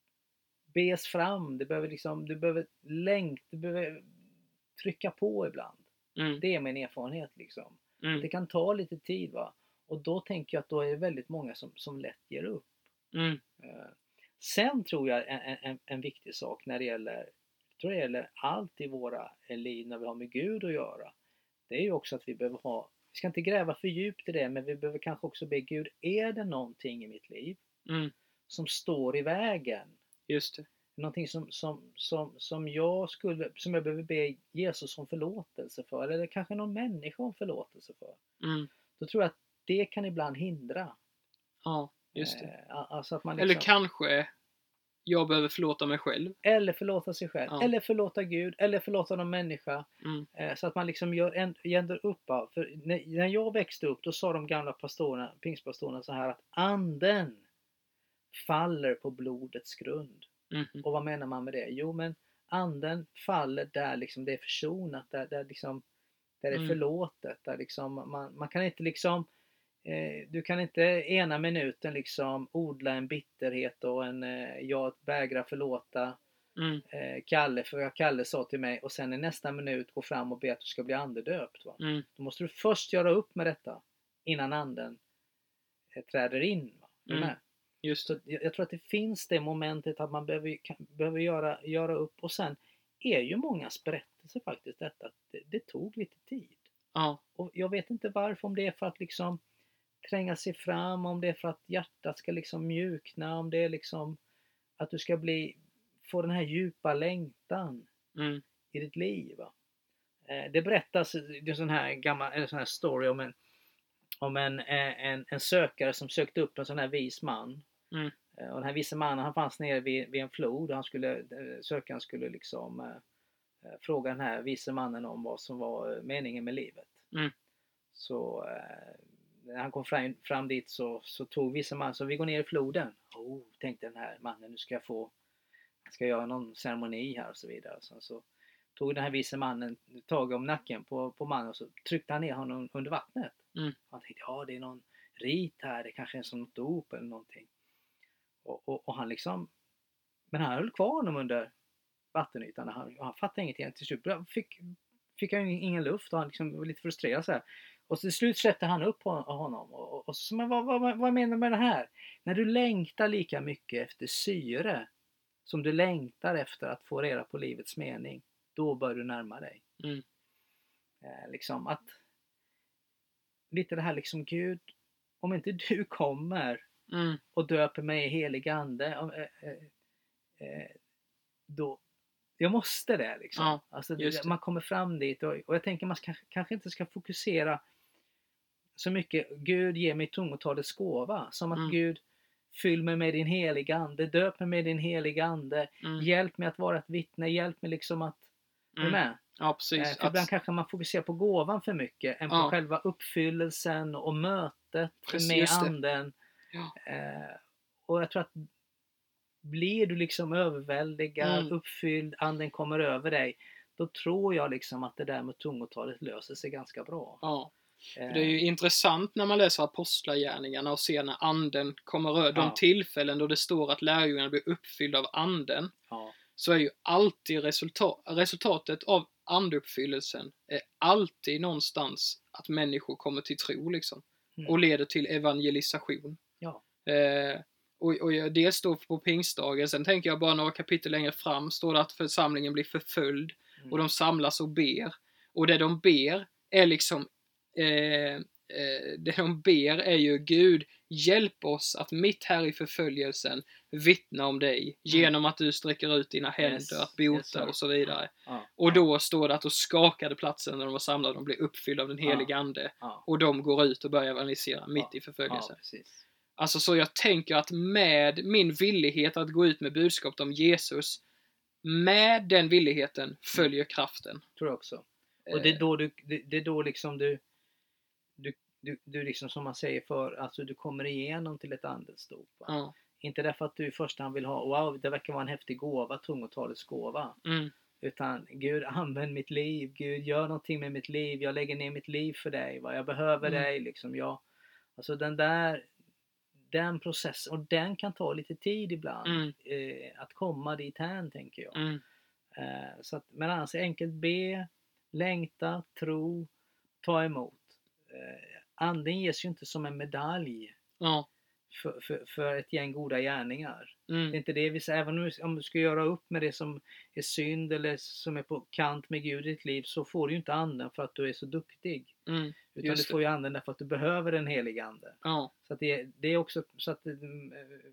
Speaker 2: bes fram, det behöver liksom, du behöver längt, du behöver trycka på ibland.
Speaker 1: Mm.
Speaker 2: Det är min erfarenhet liksom.
Speaker 1: Mm.
Speaker 2: Det kan ta lite tid va. Och då tänker jag att då är det väldigt många som, som lätt ger upp.
Speaker 1: Mm.
Speaker 2: Eh, Sen tror jag en, en, en viktig sak när det gäller, jag tror det gäller allt i våra liv när vi har med Gud att göra. Det är ju också att vi behöver ha, vi ska inte gräva för djupt i det, men vi behöver kanske också be Gud, är det någonting i mitt liv
Speaker 1: Mm.
Speaker 2: som står i vägen?
Speaker 1: Just det.
Speaker 2: Någonting som, som, som, som jag skulle, som jag behöver be Jesus om förlåtelse för, eller kanske någon människa om förlåtelse för.
Speaker 1: Mm.
Speaker 2: Då tror jag att det kan ibland hindra.
Speaker 1: Ja, just det.
Speaker 2: Eh, alltså att man
Speaker 1: Eller
Speaker 2: liksom,
Speaker 1: kanske jag behöver förlåta mig själv.
Speaker 2: eller förlåta sig själv,
Speaker 1: Ja.
Speaker 2: eller förlåta Gud, eller förlåta någon människa.
Speaker 1: Mm.
Speaker 2: Eh, så att man liksom gör en, ändrar upp av. För när, när jag växte upp, då sa de gamla pastorerna, pingstpastorerna så här att anden faller på blodets grund.
Speaker 1: Mm.
Speaker 2: Och vad menar man med det? Jo, men anden faller där liksom det är försonat, där, där liksom där det är
Speaker 1: Mm.
Speaker 2: förlåtet, där liksom man, man kan inte liksom eh, du kan inte ena minuten liksom odla en bitterhet och en eh, jag vägrar förlåta
Speaker 1: Mm.
Speaker 2: eh, Kalle för vad Kalle sa till mig och sen i nästa minut gå fram och be att du ska bli andedöpt va?
Speaker 1: Mm.
Speaker 2: Då måste du först göra upp med detta innan anden eh, träder in va? Är du
Speaker 1: Mm.
Speaker 2: med?
Speaker 1: Just det.
Speaker 2: Så jag, jag tror att det finns det momentet att man behöver, kan, behöver göra, göra upp och sen är ju mångas berättelse faktiskt detta att det, det tog lite tid.
Speaker 1: Ja.
Speaker 2: Och jag vet inte varför, om det är för att liksom tränga sig fram, om det är för att hjärtat ska liksom mjukna, om det är liksom att du ska bli, få den här djupa längtan
Speaker 1: Mm.
Speaker 2: i ditt liv. Va? Eh, det berättas, det är en sån här gammal, eller sån här story om en om en, en, en sökare som sökte upp en sån här vis man.
Speaker 1: Mm.
Speaker 2: Och den här vise mannen, han fanns nere vid, vid en flod och han skulle, sökaren skulle liksom fråga den här vise mannen om vad som var meningen med livet.
Speaker 1: Mm.
Speaker 2: Så eh, när han kom fram, fram dit så, så tog vise mannen, så vi går ner i floden. Oh, tänkte den här mannen, nu ska jag få, ska jag göra någon ceremoni här och så vidare. Så, så tog den här vise mannen tag om nacken på, på mannen och så tryckte han ner honom under vattnet.
Speaker 1: Mm.
Speaker 2: Han tänkte, ja det är någon rit här, det kanske är som något dop eller någonting. Och, och, och han liksom, men han höll kvar honom under vattenytan. Han, han fattade ingenting. Till slut fick, fick han ingen luft och han liksom var lite frustrerad så här. Och till slut släppte han upp honom. Och, och, och så, men vad, vad, vad menar du med det här? När du längtar lika mycket efter syre som du längtar efter att få reda på livets mening, då bör du närma dig.
Speaker 1: Mm.
Speaker 2: Eh, liksom att lite det här liksom, Gud, om inte du kommer
Speaker 1: Mm.
Speaker 2: och döper mig i helig ande, eh, eh, eh, då jag måste det liksom.
Speaker 1: Ja,
Speaker 2: alltså,
Speaker 1: just det.
Speaker 2: Man kommer fram dit och, och jag tänker man ska, kanske inte ska fokusera så mycket, Gud ger mig tungotalets gåva, som att
Speaker 1: Mm.
Speaker 2: Gud fyll mig med din heliga ande, döp mig med din heliga ande,
Speaker 1: Mm.
Speaker 2: hjälp mig att vara ett vittne, hjälp mig liksom att
Speaker 1: Mm.
Speaker 2: vara med.
Speaker 1: Ja, precis.
Speaker 2: Eh, för
Speaker 1: Att,
Speaker 2: ibland kanske man fokuserar på gåvan för mycket än på
Speaker 1: Ja.
Speaker 2: själva uppfyllelsen och mötet
Speaker 1: Precis,
Speaker 2: med
Speaker 1: just det.
Speaker 2: anden.
Speaker 1: Ja.
Speaker 2: Eh, och jag tror att blir du liksom överväldigad,
Speaker 1: Mm.
Speaker 2: uppfylld, anden kommer över dig, då tror jag liksom att det där med tungotalet löser sig ganska bra.
Speaker 1: ja.
Speaker 2: Eh,
Speaker 1: Det är ju intressant när man läser apostlagärningarna och ser när anden kommer över, de
Speaker 2: Ja.
Speaker 1: tillfällen då det står att lärjungarna blir uppfyllda av anden,
Speaker 2: ja,
Speaker 1: så är ju alltid resultat, resultatet av andeuppfyllelsen är alltid någonstans att människor kommer till tro liksom.
Speaker 2: Mm.
Speaker 1: Och leder till evangelisation.
Speaker 2: ja,
Speaker 1: Eh, och, och jag- det står på pingstdagen, sen tänker jag bara några kapitel längre fram står det att församlingen blir förföljd
Speaker 2: Mm.
Speaker 1: och de samlas och ber. Och det de ber är liksom eh, eh, det de ber är ju, Gud, hjälp oss att mitt här i förföljelsen vittna om dig genom att du sträcker ut dina händer
Speaker 2: Yes,
Speaker 1: att bota
Speaker 2: yes, sir.
Speaker 1: och så vidare.
Speaker 2: ja,
Speaker 1: Och då står det att då skakade platsen när de var samlade, de blev uppfyllda av den
Speaker 2: Ja.
Speaker 1: heliga ande.
Speaker 2: ja,
Speaker 1: Och de går ut och börjar evangelisera mitt
Speaker 2: Ja.
Speaker 1: i
Speaker 2: ja,
Speaker 1: förföljelsen.
Speaker 2: precis.
Speaker 1: Alltså så jag tänker att med min villighet att gå ut med budskapet om Jesus, med den villigheten följer kraften.
Speaker 2: Tror jag också. Och det är
Speaker 1: Eh,
Speaker 2: då du, det, det är då liksom du, du, du, du liksom som man säger för, alltså du kommer igenom till ett andens dop. va?
Speaker 1: ja.
Speaker 2: Inte därför att du i första hand vill ha, wow, det verkar vara en häftig gåva, tungotalets gåva.
Speaker 1: Mm,
Speaker 2: Utan Gud, använd mitt liv, Gud gör någonting med mitt liv, jag lägger ner mitt liv för dig, va? Jag behöver
Speaker 1: Mm.
Speaker 2: dig liksom. Jag, alltså den där, den processen, och den kan ta lite tid ibland
Speaker 1: mm,
Speaker 2: eh, att komma dit här, tänker jag.
Speaker 1: mm,
Speaker 2: Eh, så att, men annars är enkelt be, längta, tro, ta emot. Eh, anden ges ju inte som en medalj
Speaker 1: ja,
Speaker 2: för, för, för ett gäng goda gärningar. Det är
Speaker 1: mm,
Speaker 2: inte det vi säger, även om du, om du ska göra upp med det som är synd eller som är på kant med Gud i ditt liv, så får du ju inte anden för att du är så duktig.
Speaker 1: mm,
Speaker 2: Utan
Speaker 1: just
Speaker 2: du får ju anden därför att du behöver en helig ande.
Speaker 1: ja,
Speaker 2: Så att det, det är också så att mm, eh,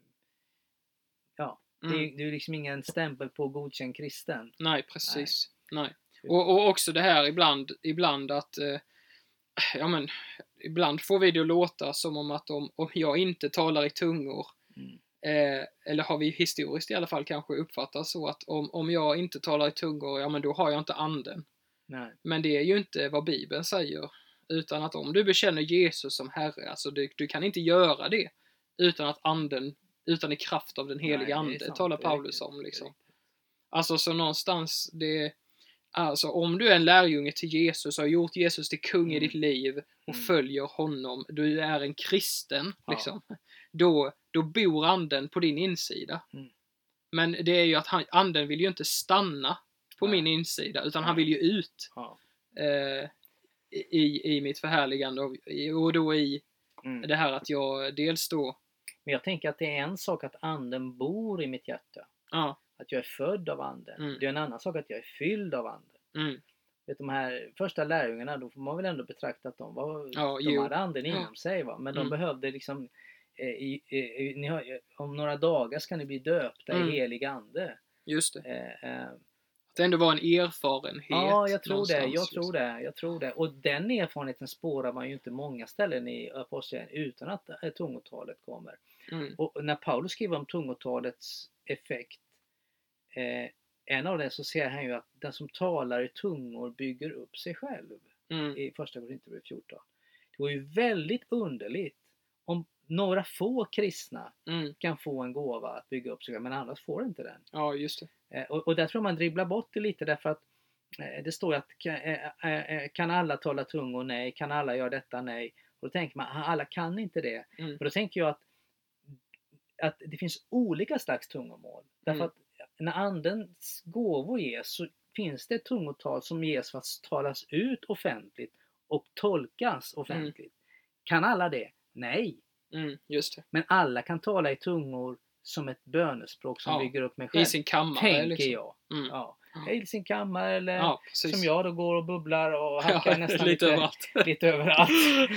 Speaker 2: ja, det,
Speaker 1: mm.
Speaker 2: är- det är liksom ingen stämpel på godkänd kristen.
Speaker 1: Nej, precis. Nej. Och, och också det här ibland, ibland att eh, ja men, ibland får vi det att låta som om att om, om jag inte talar i tungor,
Speaker 2: Mm.
Speaker 1: eh, eller har vi historiskt i alla fall kanske uppfattat så att om, om jag inte talar i tungor, ja men då har jag inte anden.
Speaker 2: Nej.
Speaker 1: Men det är ju inte vad Bibeln säger. Utan att om du bekänner Jesus som Herre, alltså du, du kan inte göra det utan att anden, utan i kraft av den
Speaker 2: Nej,
Speaker 1: heliga
Speaker 2: det är
Speaker 1: ande,
Speaker 2: sant,
Speaker 1: talar
Speaker 2: det är
Speaker 1: Paulus
Speaker 2: riktigt,
Speaker 1: om
Speaker 2: det är
Speaker 1: liksom.
Speaker 2: riktigt.
Speaker 1: Alltså så någonstans, det, alltså om du är en lärjunge till Jesus och har gjort Jesus till kung i
Speaker 2: Mm.
Speaker 1: ditt liv och
Speaker 2: Mm.
Speaker 1: följer honom, du är en kristen
Speaker 2: Ja.
Speaker 1: liksom, då, då bor anden på din insida.
Speaker 2: Mm.
Speaker 1: Men det är ju att han, anden vill ju inte stanna på
Speaker 2: Nej.
Speaker 1: min insida, utan
Speaker 2: Nej.
Speaker 1: han vill ju ut
Speaker 2: Ja.
Speaker 1: eh, i, i mitt förhärligande och, och då i
Speaker 2: Mm.
Speaker 1: det här att jag dels då,
Speaker 2: Men jag tänker att det är en sak att anden bor i mitt hjärta.
Speaker 1: ja,
Speaker 2: Att jag är född av anden.
Speaker 1: Mm.
Speaker 2: Det är en annan sak att jag är fylld av anden.
Speaker 1: mm,
Speaker 2: Vet, de här första lärjungarna, då får man väl ändå betrakta att de var,
Speaker 1: Ja,
Speaker 2: de
Speaker 1: jo.
Speaker 2: hade anden inom
Speaker 1: Ja.
Speaker 2: sig, va? Men de
Speaker 1: Mm.
Speaker 2: behövde liksom eh, i, i, ni har, om några dagar ska ni bli döpta
Speaker 1: Mm.
Speaker 2: i helig ande.
Speaker 1: just det.
Speaker 2: Eh, eh,
Speaker 1: Att det ändå var en erfarenhet.
Speaker 2: ja, jag tror det,
Speaker 1: någonstans,
Speaker 2: jag tror
Speaker 1: liksom.
Speaker 2: det, jag tror det. Och den erfarenheten spårar man ju inte många ställen i apostlagärningarna utan att eh, tungotalet kommer.
Speaker 1: Mm,
Speaker 2: Och när Paulus skriver om tungotalets effekt, eh, en av det så ser han ju att den som talar i tungor bygger upp sig själv.
Speaker 1: Mm.
Speaker 2: I första Korinthierbrevet fjorton. Det var ju väldigt underligt om några få kristna
Speaker 1: Mm.
Speaker 2: kan få en gåva att bygga upp sig själv, men annars får inte den.
Speaker 1: Ja, just det.
Speaker 2: Eh, och, och där tror man dribblar bort det lite, därför att eh, det står ju att kan, eh, eh, kan alla tala tungor? Nej. Kan alla göra detta? Nej. Och då tänker man, alla kan inte det.
Speaker 1: Mm.
Speaker 2: Och då tänker jag att, att det finns olika slags tungomål. Därför
Speaker 1: Mm.
Speaker 2: att när andens gåvor ges så finns det ett tungotal som ges för att talas ut offentligt och tolkas offentligt. Mm. Kan alla det? Nej.
Speaker 1: Mm, just det.
Speaker 2: Men alla kan tala i tungor som ett bönespråk som
Speaker 1: Ja,
Speaker 2: bygger upp mig själv.
Speaker 1: I sin kammare.
Speaker 2: Tänker
Speaker 1: liksom.
Speaker 2: jag.
Speaker 1: Mm.
Speaker 2: Ja. I sin kammare eller
Speaker 1: ja,
Speaker 2: som jag då går och bubblar och hackar
Speaker 1: ja,
Speaker 2: nästan
Speaker 1: lite,
Speaker 2: lite
Speaker 1: överallt.
Speaker 2: lite överallt.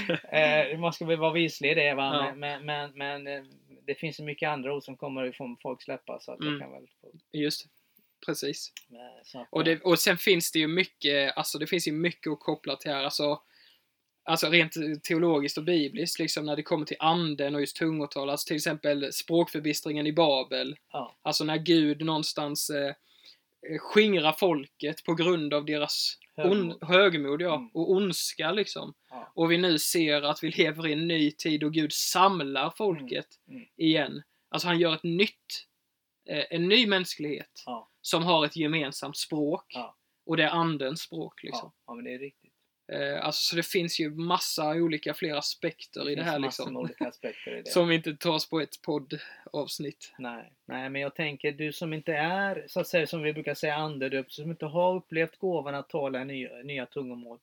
Speaker 2: eh, man ska väl vara vislig i det, va?
Speaker 1: Ja.
Speaker 2: Men, men, men, men det finns så mycket andra ord som kommer ifrån folk släppa så att
Speaker 1: mm.
Speaker 2: jag kan väl få...
Speaker 1: Just det. Precis.
Speaker 2: Så att,
Speaker 1: och, det, och sen finns det ju mycket, alltså det finns ju mycket att koppla till här. Alltså, alltså rent teologiskt och bibliskt, liksom när det kommer till anden och just tungotal. Alltså till exempel språkförbistringen i Babel.
Speaker 2: Ja.
Speaker 1: Alltså när Gud någonstans eh, skingrar folket på grund av deras högmod, on, högmod ja, mm. och ondska liksom.
Speaker 2: Ja.
Speaker 1: Och vi nu ser att vi lever i en ny tid och Gud samlar folket mm. Mm. igen. Alltså han gör ett nytt, eh, en ny mänsklighet
Speaker 2: ja.
Speaker 1: som har ett gemensamt språk.
Speaker 2: Ja.
Speaker 1: Och det är andens språk liksom.
Speaker 2: Ja, ja men det är riktigt.
Speaker 1: Eh, alltså så det finns ju massa olika fler aspekter
Speaker 2: det
Speaker 1: i det här liksom.
Speaker 2: Olika aspekter i det.
Speaker 1: Som inte tas på ett poddavsnitt.
Speaker 2: Nej, nej, men jag tänker du som inte är, så att säga, som vi brukar säga, andedöpt, som inte har upplevt gåvan att tala i nya, nya tungomål.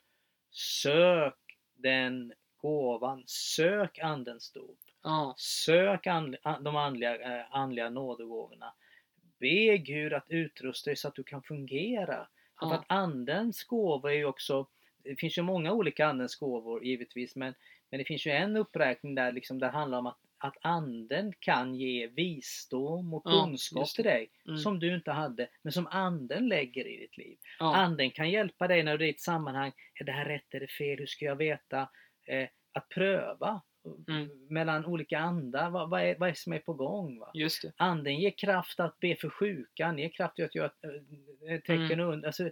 Speaker 2: Sök den gåvan, sök andens dop.
Speaker 1: Ja.
Speaker 2: Sök and, de andliga, äh, andliga nådegåvorna. Be Gud att utrusta dig så att du kan fungera. Ja. För att andens gåvor är ju också, det finns ju många olika andens gåvor givetvis, men, men det finns ju en uppräkning där liksom, det handlar om att, att anden kan ge visdom och kunskap ja, till dig mm. som du inte hade, men som anden lägger i ditt liv. Ja. Anden kan hjälpa dig när du är i ett sammanhang, är det här rätt, är det fel, hur ska jag veta? Eh, att pröva mm. mellan olika andar, vad, vad, är, vad är det som är på gång? Va?
Speaker 1: Just det.
Speaker 2: Anden ger kraft att be för sjuka, anden ger kraft att göra ett tecken mm. under. Alltså,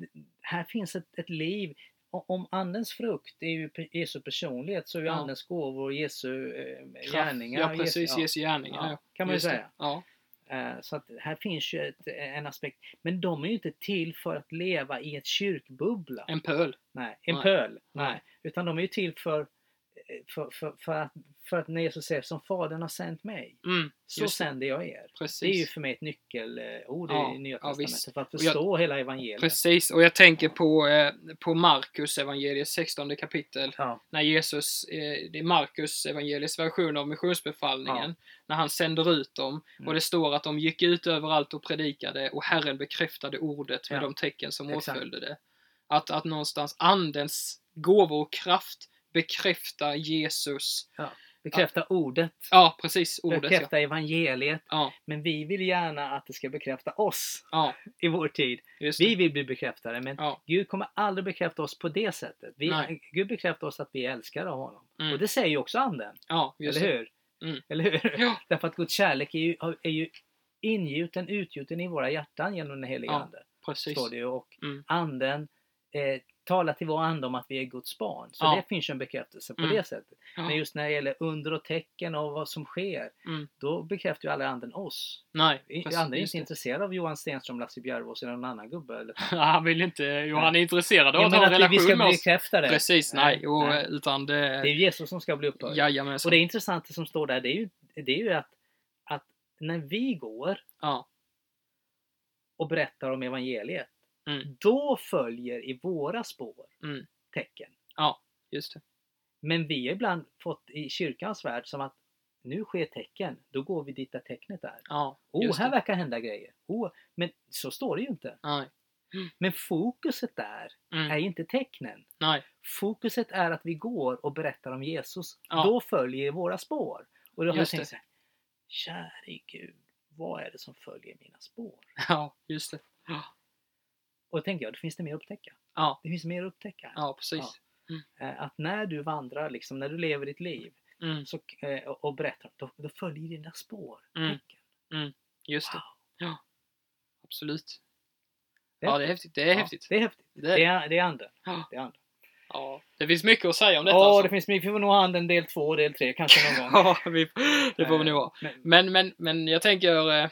Speaker 2: här finns ett, ett liv. Om andens frukt är ju Jesu personlighet, så är ju ja. andens gåvor Jesu eh, gärningar.
Speaker 1: Ja, precis, Jesu, ja. Jesu gärningar.
Speaker 2: Ja, kan man ju säga.
Speaker 1: Ja.
Speaker 2: Uh, så att här finns ju ett, en aspekt. Men de är ju inte till för att leva i ett kyrkbubbla.
Speaker 1: En pöl.
Speaker 2: Nej, en
Speaker 1: nej.
Speaker 2: pöl. Nej. nej. Utan de är ju till för, för, för, för, att, för att när Jesus säger, som Fadern har sänt mig,
Speaker 1: mm,
Speaker 2: så sänder jag er.
Speaker 1: Precis.
Speaker 2: Det är ju för mig ett nyckelord
Speaker 1: ja,
Speaker 2: i Nya
Speaker 1: ja,
Speaker 2: Testamentet för att förstå jag, hela evangeliet.
Speaker 1: Precis, och jag tänker på, eh, på Markus evangeliets sextonde kapitel.
Speaker 2: Ja. När
Speaker 1: Jesus, eh, det är Markus evangeliets version av missionsbefallningen. Ja. När han sänder ut dem. Mm. Och det står att de gick ut överallt och predikade. Och Herren bekräftade ordet med ja. de tecken som åtföljde det. Att, att någonstans andens gåvor och kraft bekräfta Jesus.
Speaker 2: Ja. Bekräfta ja. ordet.
Speaker 1: Ja, precis. Ordet,
Speaker 2: bekräfta
Speaker 1: ja.
Speaker 2: evangeliet.
Speaker 1: Ja.
Speaker 2: Men vi vill gärna att det ska bekräfta oss
Speaker 1: ja.
Speaker 2: i vår tid. Vi vill bli bekräftade, men ja. Gud kommer aldrig bekräfta oss på det sättet. Vi, Gud bekräftar oss att vi älskar av honom. Mm. Och det säger ju också anden.
Speaker 1: Ja,
Speaker 2: just eller hur?
Speaker 1: Mm.
Speaker 2: Eller hur?
Speaker 1: Ja.
Speaker 2: Därför att Guds kärlek är ju, är ju ingjuten, utgjuten i våra hjärtan genom den heliga
Speaker 1: ja,
Speaker 2: ande.
Speaker 1: Precis.
Speaker 2: Står det ju. Och
Speaker 1: mm.
Speaker 2: anden eh, talar till vår ande om att vi är Guds barn. Så
Speaker 1: ja.
Speaker 2: det finns ju en bekräftelse på
Speaker 1: mm.
Speaker 2: det sättet.
Speaker 1: Ja.
Speaker 2: Men just när det gäller under och tecken och vad som sker,
Speaker 1: mm.
Speaker 2: då bekräftar ju alla anden oss.
Speaker 1: Nej,
Speaker 2: precis, anden är inte intresserad av Johan Stenström, Lasse Bjärvås eller någon annan gubbe. Eller?
Speaker 1: Han vill inte, jo, han är intresserad av
Speaker 2: ja,
Speaker 1: att ha en relation
Speaker 2: vi ska
Speaker 1: med oss.
Speaker 2: Bekräfta det.
Speaker 1: Precis, nej. nej. Och,
Speaker 2: nej.
Speaker 1: Utan det...
Speaker 2: det är ju Jesus som ska bli upphöjd.
Speaker 1: Jajamensan.
Speaker 2: Och det intressanta som står där, det är ju, det är ju att, att när vi går
Speaker 1: ja.
Speaker 2: och berättar om evangeliet,
Speaker 1: mm.
Speaker 2: då följer i våra spår
Speaker 1: mm.
Speaker 2: tecken.
Speaker 1: Ja, just det.
Speaker 2: Men vi har ibland fått i kyrkans värld som att nu sker tecken, då går vi dit där tecknet är.
Speaker 1: Ja,
Speaker 2: oh, här det. verkar hända grejer. Oh, men så står det ju inte.
Speaker 1: Nej. Mm.
Speaker 2: Men fokuset där
Speaker 1: mm.
Speaker 2: är inte tecknen.
Speaker 1: Nej.
Speaker 2: Fokuset är att vi går och berättar om Jesus.
Speaker 1: Ja.
Speaker 2: Då följer våra spår. Och då har jag
Speaker 1: just
Speaker 2: tänkt
Speaker 1: det.
Speaker 2: så här, käre Gud, vad är det som följer mina spår?
Speaker 1: Ja, just det. Ja.
Speaker 2: Och då tänkte jag, det finns det mer att upptäcka.
Speaker 1: Ja.
Speaker 2: Det finns mer att upptäcka.
Speaker 1: Ja, precis. Ja.
Speaker 2: Mm. Att när du vandrar, liksom, när du lever ditt liv
Speaker 1: mm.
Speaker 2: så, och berättar, då, då följer dina spår.
Speaker 1: Mm. Mm. Just det.
Speaker 2: Wow.
Speaker 1: Ja. Absolut.
Speaker 2: Det är
Speaker 1: ja, det är häftigt. Det är
Speaker 2: ja,
Speaker 1: häftigt.
Speaker 2: Det är häftigt.
Speaker 1: Det är,
Speaker 2: det är, det är anden.
Speaker 1: Ja.
Speaker 2: Det är anden.
Speaker 1: Ja, det finns mycket att säga om detta.
Speaker 2: Ja,
Speaker 1: alltså.
Speaker 2: det finns mycket. Vi får nog ha anden del två och del tre kanske någon gång.
Speaker 1: Ja, vi, det får vi nog ha.
Speaker 2: Men,
Speaker 1: Men, men, men jag tänker eh,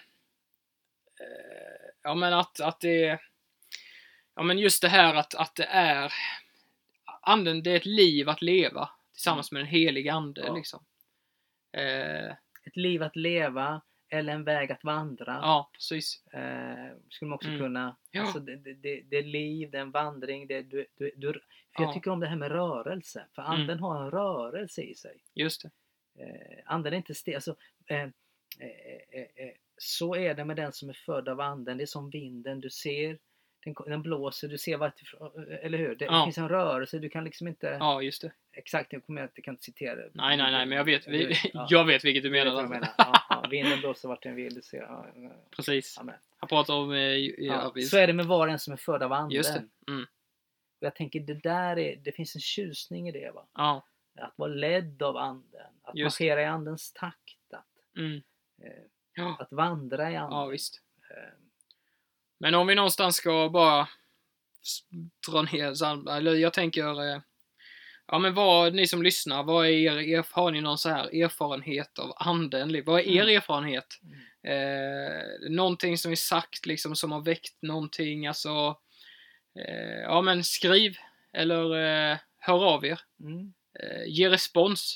Speaker 1: ja, men att, att det ja, men just det här att, att det är anden, det är ett liv att leva tillsammans med den heliga ande.
Speaker 2: Ja.
Speaker 1: Liksom. Eh,
Speaker 2: ett liv att leva eller en väg att vandra.
Speaker 1: ja, precis.
Speaker 2: Eh, skulle man också
Speaker 1: Mm.
Speaker 2: kunna.
Speaker 1: Ja.
Speaker 2: Alltså det, det, det, det är liv, det är en vandring. Det, du, du, du, för
Speaker 1: Ja.
Speaker 2: jag tycker om det här med rörelse. För anden
Speaker 1: Mm.
Speaker 2: har en rörelse i sig.
Speaker 1: Just det.
Speaker 2: Eh, anden är inte stel. Alltså, eh, eh, eh, eh, så är det med den som är född av anden. Det är som vinden. Du ser, den, den blåser, du ser vart ifrån, eller hur? Det,
Speaker 1: Ja.
Speaker 2: det finns en rörelse. Du kan liksom inte
Speaker 1: Ja, just det.
Speaker 2: exakt, jag kommer jag inte kan citera det.
Speaker 1: Nej, nej, nej, men jag vet, vi,
Speaker 2: Ja.
Speaker 1: jag vet vilket du
Speaker 2: Du vet
Speaker 1: menar.
Speaker 2: vad jag
Speaker 1: Alltså.
Speaker 2: menar. Ja, ja, vinden blåser vart den vill. Du ser, ja, ja,
Speaker 1: Precis.
Speaker 2: amen.
Speaker 1: Han pratar om... Eh, ja,
Speaker 2: Ja,
Speaker 1: visst.
Speaker 2: så är det med var och en som är född av anden.
Speaker 1: Just det. Mm.
Speaker 2: Och jag tänker det där är, det finns en tjusning i det, va?
Speaker 1: Ja.
Speaker 2: Att vara ledd av anden. Att
Speaker 1: Just
Speaker 2: marschera i andens takt. Att,
Speaker 1: Mm.
Speaker 2: eh,
Speaker 1: Ja.
Speaker 2: att vandra i anden.
Speaker 1: Ja, visst.
Speaker 2: Eh,
Speaker 1: Men om vi någonstans ska bara s- dra ner, så- eller jag tänker, eh, ja men vad, ni som lyssnar, vad är er, erf- har ni någon så här erfarenhet av anden? Vad är er
Speaker 2: Mm.
Speaker 1: erfarenhet?
Speaker 2: mm.
Speaker 1: Eh, någonting som är sagt liksom som har väckt någonting, alltså, eh, ja men skriv, eller eh, hör av er,
Speaker 2: Mm.
Speaker 1: eh, ge respons.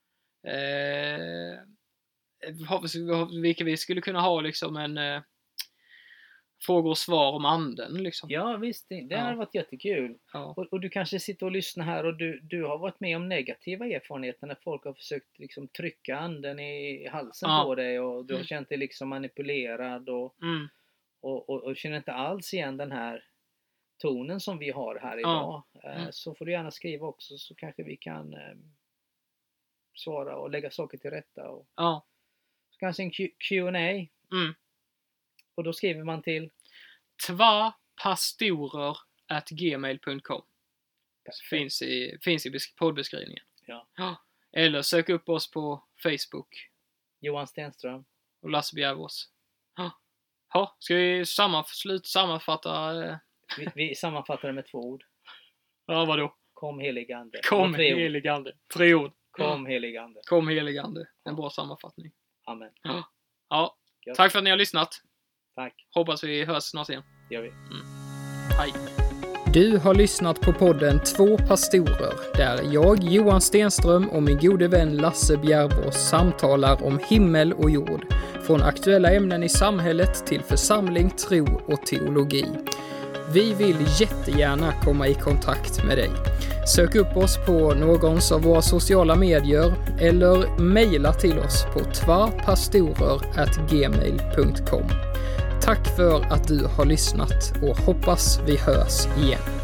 Speaker 1: Eh, har- vilka vi skulle kunna ha liksom en eh, frågor och svar om anden liksom.
Speaker 2: Ja visst, det, det
Speaker 1: Ja.
Speaker 2: har varit jättekul.
Speaker 1: Ja.
Speaker 2: Och, och du kanske sitter och lyssnar här och du, du har varit med om negativa erfarenheter när folk har försökt liksom trycka anden i halsen
Speaker 1: Ja.
Speaker 2: på dig och du har
Speaker 1: Mm.
Speaker 2: känt dig liksom manipulerad och,
Speaker 1: Mm.
Speaker 2: och, och, och känner inte alls igen den här tonen som vi har här idag. Eh,
Speaker 1: Mm.
Speaker 2: Så får du gärna skriva också så kanske vi kan eh, svara och lägga saker till rätta. Och,
Speaker 1: Ja.
Speaker 2: så kanske en Q- Q and A
Speaker 1: Mm.
Speaker 2: och då skriver man till
Speaker 1: tvapastorer at gmail punkt com.
Speaker 2: Perfekt.
Speaker 1: Finns i, finns i besk- poddbeskrivningen.
Speaker 2: Ja.
Speaker 1: Eller sök upp oss på Facebook
Speaker 2: Johan Stenström.
Speaker 1: och Lasse Bjärvås. Ja. Ja, ska vi sammanf- slut sammanfatta? Eh,
Speaker 2: Vi, vi sammanfattar det med två ord.
Speaker 1: ja, vadå?
Speaker 2: Kom heligande.
Speaker 1: Kom
Speaker 2: Och tre ord.
Speaker 1: heligande. Tre ord.
Speaker 2: Kom heligande.
Speaker 1: Kom heligande. En bra sammanfattning.
Speaker 2: Amen.
Speaker 1: Ja. Ja.
Speaker 2: Gött.
Speaker 1: Tack för att ni har lyssnat.
Speaker 2: Tack.
Speaker 1: Hoppas vi hörs snart igen.
Speaker 2: Det gör vi.
Speaker 1: Hej.
Speaker 3: Du har lyssnat på podden Två pastorer där jag, Johan Stenström och min gode vän Lasse Bjärvås samtalar om himmel och jord. Från aktuella ämnen i samhället till församling, tro och teologi. Vi vill jättegärna komma i kontakt med dig. Sök upp oss på någons av våra sociala medier eller mejla till oss på tvapastorer at gmail punkt com. Tack för att du har lyssnat och hoppas vi hörs igen.